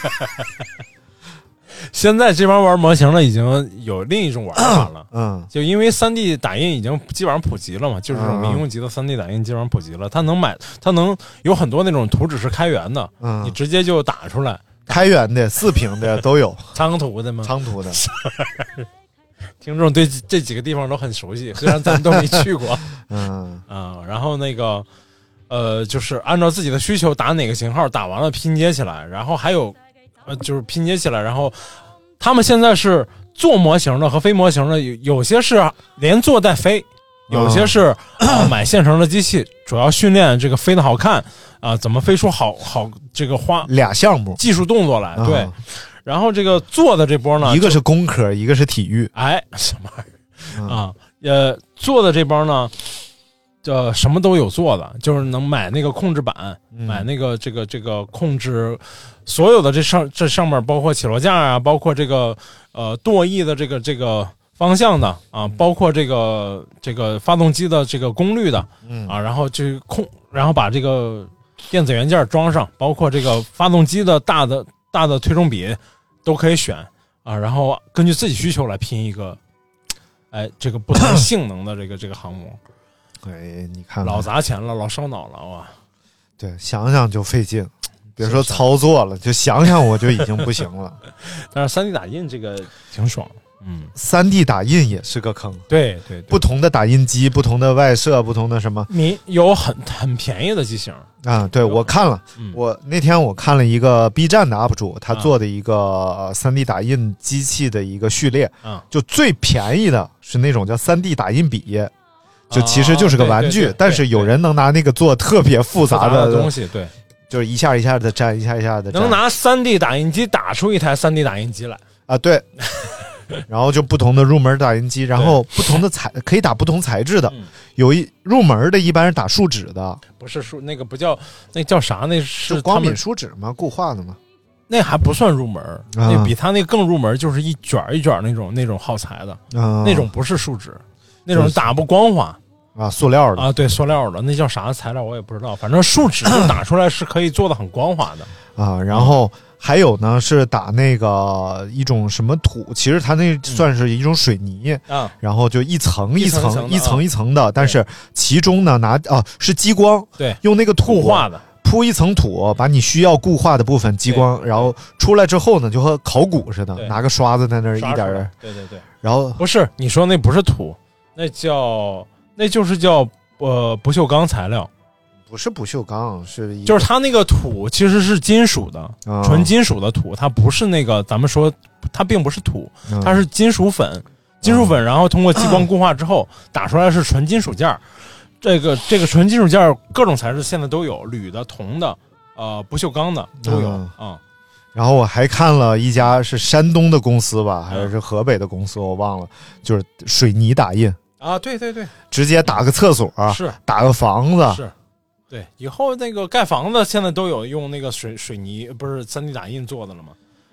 I: 现在这帮玩模型的已经有另一种玩法了，
H: 嗯，
I: 就因为 三 D 打印已经基本上普及了嘛，就是这种民用级的 三 D 打印基本上普及了，它能买，它能有很多那种图纸是开源的，嗯，你直接就打出来，
H: 开源的、四屏的都有，
I: 苍图的吗？
H: 苍图的。
I: 听众对这几个地方都很熟悉，虽然咱们都没去过，
H: 嗯
I: 啊，然后那个呃，就是按照自己的需求打哪个型号，打完了拼接起来，然后还有。呃，就是拼接起来，然后他们现在是做模型的和非模型的，有有些是连做带飞，有些是啊、
H: 嗯
I: 呃、买现成的机器，主要训练这个飞得好看啊、呃，怎么飞出好好这个花
H: 俩项目
I: 技术动作来，对。嗯、然后这个做的这波呢，
H: 一个是工科，一个是体育，
I: 哎，什么玩意儿啊？呃，做的这波呢。呃，什么都有做的，就是能买那个控制板，嗯、买那个这个这个控制所有的这上这上面包括起落架啊，包括这个呃舵翼的这个这个方向的啊，包括这个这个发动机的这个功率的，嗯啊，然后这控，然后把这个电子元件装上，包括这个发动机的大的大的推重比都可以选啊，然后根据自己需求来拼一个，哎，这个不同性能的这个这个航模。
H: 哎，你看
I: 老砸钱了，老烧脑了哇！
H: 对，想想就费劲，别说操作了，就想想我就已经不行了。
I: 但是 三 D 打印这个挺爽，嗯 ，
H: 三 D 打印也是个坑。
I: 对 对, 对，
H: 不同的打印机，不同的外设，不同的什么，
I: 你有很很便宜的机型
H: 啊。对，我看了，嗯、我那天我看了一个 B 站的 U P 主，他做的一个 三 D 打印机器的一个序列，啊，就最便宜的是那种叫 三 D 打印笔。就其实就是个玩具，
I: 哦、对对对对，
H: 但是有人能拿那个做特别复杂 的,
I: 的东西，对，
H: 就是一下一下的粘，一下一下的粘，
I: 能拿 三 D 打印机打出一台 三 D 打印机来
H: 啊，对。然后就不同的入门打印机，然后不同的材可以打不同材质的，有一入门的一般是打树脂的，
I: 不是树那个不叫那叫啥？那是
H: 光敏树脂吗？固化的吗？
I: 那还不算入门，啊、那比它那更入门，就是一卷一卷那种那种耗材的，啊、那种不是树脂，那种打不光滑。
H: 啊，塑料的
I: 啊，对，塑料的，那叫啥材料我也不知道，反正树脂打出来是可以做的很光滑的
H: 啊。然后还有呢，是打那个一种什么土，其实它那算是一种水泥啊，然后就一层一层一层一层的，但是其中呢拿啊是激光，
I: 对，
H: 用那个土
I: 固化的
H: 铺一层土，把你需要固化的部分激光，然后出来之后呢，就和考古似的，拿个刷子在那儿一点儿，
I: 对对对，
H: 然后
I: 不是你说那不是土，那叫。那就是叫呃不锈钢材料，
H: 不是不锈钢，是
I: 就是它那个土其实是金属的，哦、纯金属的土，它不是那个咱们说它并不是土，嗯、它是金属粉，金属粉，然后通过激光固化之后、嗯、打出来是纯金属件儿。这个这个纯金属件儿各种材质现在都有，铝的、铜的、呃不锈钢的都有啊。嗯
H: 然后我还看了一家是山东的公司吧，还是河北的公司，我忘了，就是水泥打印。
I: 啊，对对对，
H: 直接打个厕所，
I: 是
H: 打个房子，
I: 是，对，以后那个盖房子现在都有用那个水水泥，不是 三 D 打印做的了吗？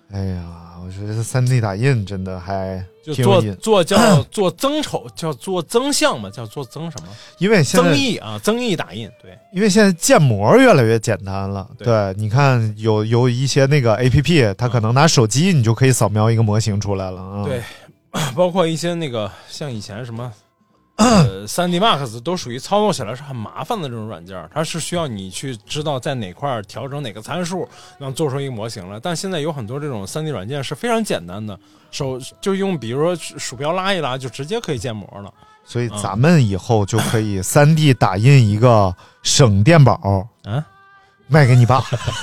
H: 哎呀，我觉得三 D 打印真的还
I: 就做
H: 挺有瘾
I: 做叫做增丑，叫做增像嘛，叫做增什么？
H: 因为现在
I: 增益啊，增益打印，对，
H: 因为现在建模越来越简单了。
I: 对，
H: 对你看有有一些那个 A P P， 它可能拿手机你就可以扫描一个模型出来了啊。
I: 对，包括一些那个像以前什么。呃 ，三 D Max 都属于操作起来是很麻烦的这种软件，它是需要你去知道在哪块调整哪个参数，能做出一个模型来。但现在有很多这种 三 D 软件是非常简单的，手就用比如说鼠标拉一拉就直接可以建模了。
H: 所以咱们以后就可以 三 D 打印一个省电宝，
I: 啊，
H: 卖给你爸。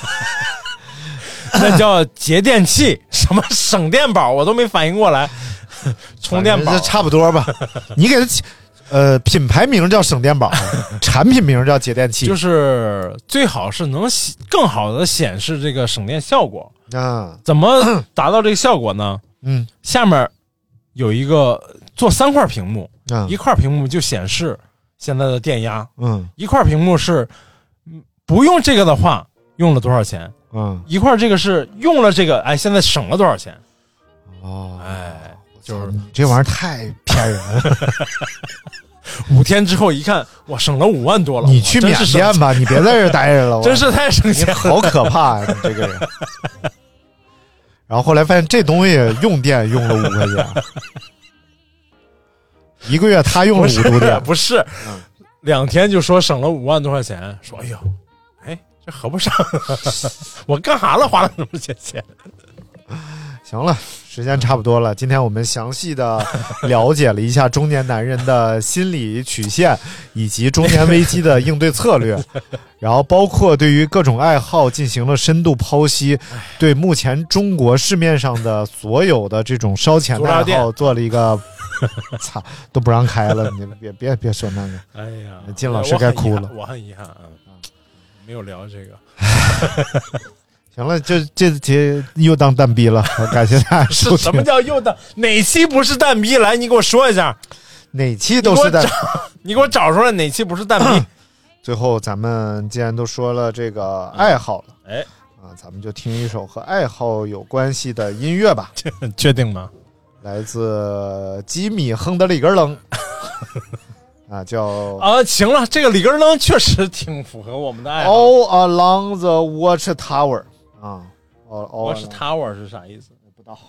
I: 那叫节电器，什么省电宝我都没反应过来。充电宝
H: 这差不多吧？你给它起。呃，品牌名叫省电宝，产品名叫节电器，
I: 就是最好是能更好的显示这个省电效果
H: 啊。
I: 怎么达到这个效果呢？
H: 嗯，
I: 下面有一个做三块屏幕，
H: 啊、
I: 一块屏幕就显示现在的电压，
H: 嗯，
I: 一块屏幕是不用这个的话用了多少钱，
H: 嗯，
I: 一块这个是用了这个，哎，现在省了多少钱？
H: 哦，
I: 哎。就是
H: 这玩意儿太骗人了。
I: 五天之后一看，哇，省了五万多了。
H: 你去缅甸吧，你别在这待着了。
I: 真是太省钱了，
H: 好可怕呀、啊！你这个人。然后后来发现这东西用电用了五块钱，一个月他用了五度电，
I: 不是，嗯、两天就说省了五万多块钱，说哎呦，哎，这合不上，我干啥了？花了那么些钱？
H: 行了。时间差不多了，今天我们详细的了解了一下中年男人的心理曲线以及中年危机的应对策略，然后包括对于各种爱好进行了深度剖析，对目前中国市面上的所有的这种烧钱的爱好做了一个操都不让开了，你别别别说那个，
I: 哎呀，
H: 金老师该哭了，
I: 我很遗憾啊，没有聊这个。
H: 行了，就这节又当蛋逼了，感谢大家收听。
I: 什么叫又当？哪期不是蛋逼？来，你给我说一下，
H: 哪期都是蛋逼？
I: 你给我找出来哪期不是蛋逼？
H: 最后，咱们既然都说了这个爱好了，
I: 哎，
H: 啊，咱们就听一首和爱好有关系的音乐吧。
I: 确定吗？
H: 来自吉米·亨德里格登。啊，叫
I: 啊，行了，这个里根登确实挺符合我们的爱好。
H: All Along the Watchtower 啊 ，All
I: Watchtower 是啥意思？
H: 我不知道。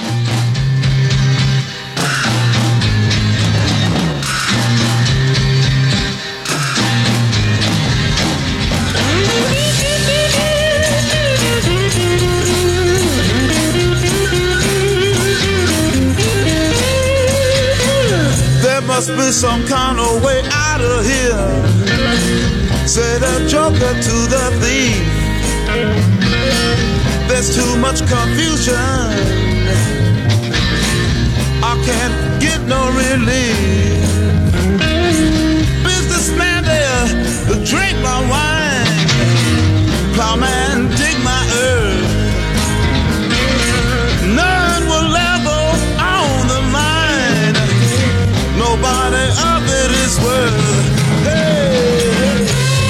J: There must be some kind of way out of here, said a joker to the thief. There's too much confusion, I can't get no relief. Businessman there, drink my wine. Plowman, dig my earth. None will ever own the mine. Nobody of it is worth. Hey, hey.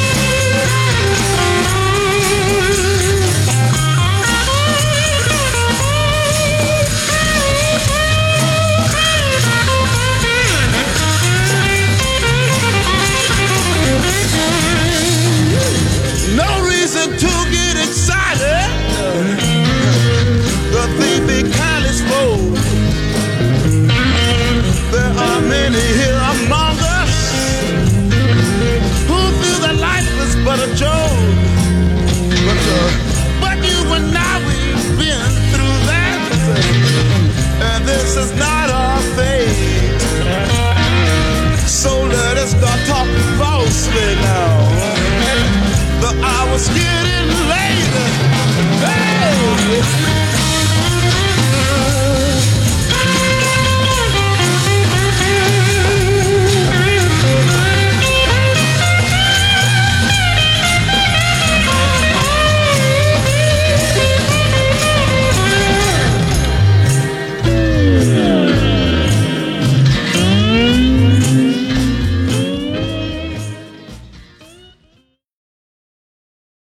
J: No reason to get excited. The thief be kindly spoke. There are many here among us who feel that life is but a joke. But, uh, but you and I, we've been through that, and this is not our fate. So let us start talking falsely now. The hour's here.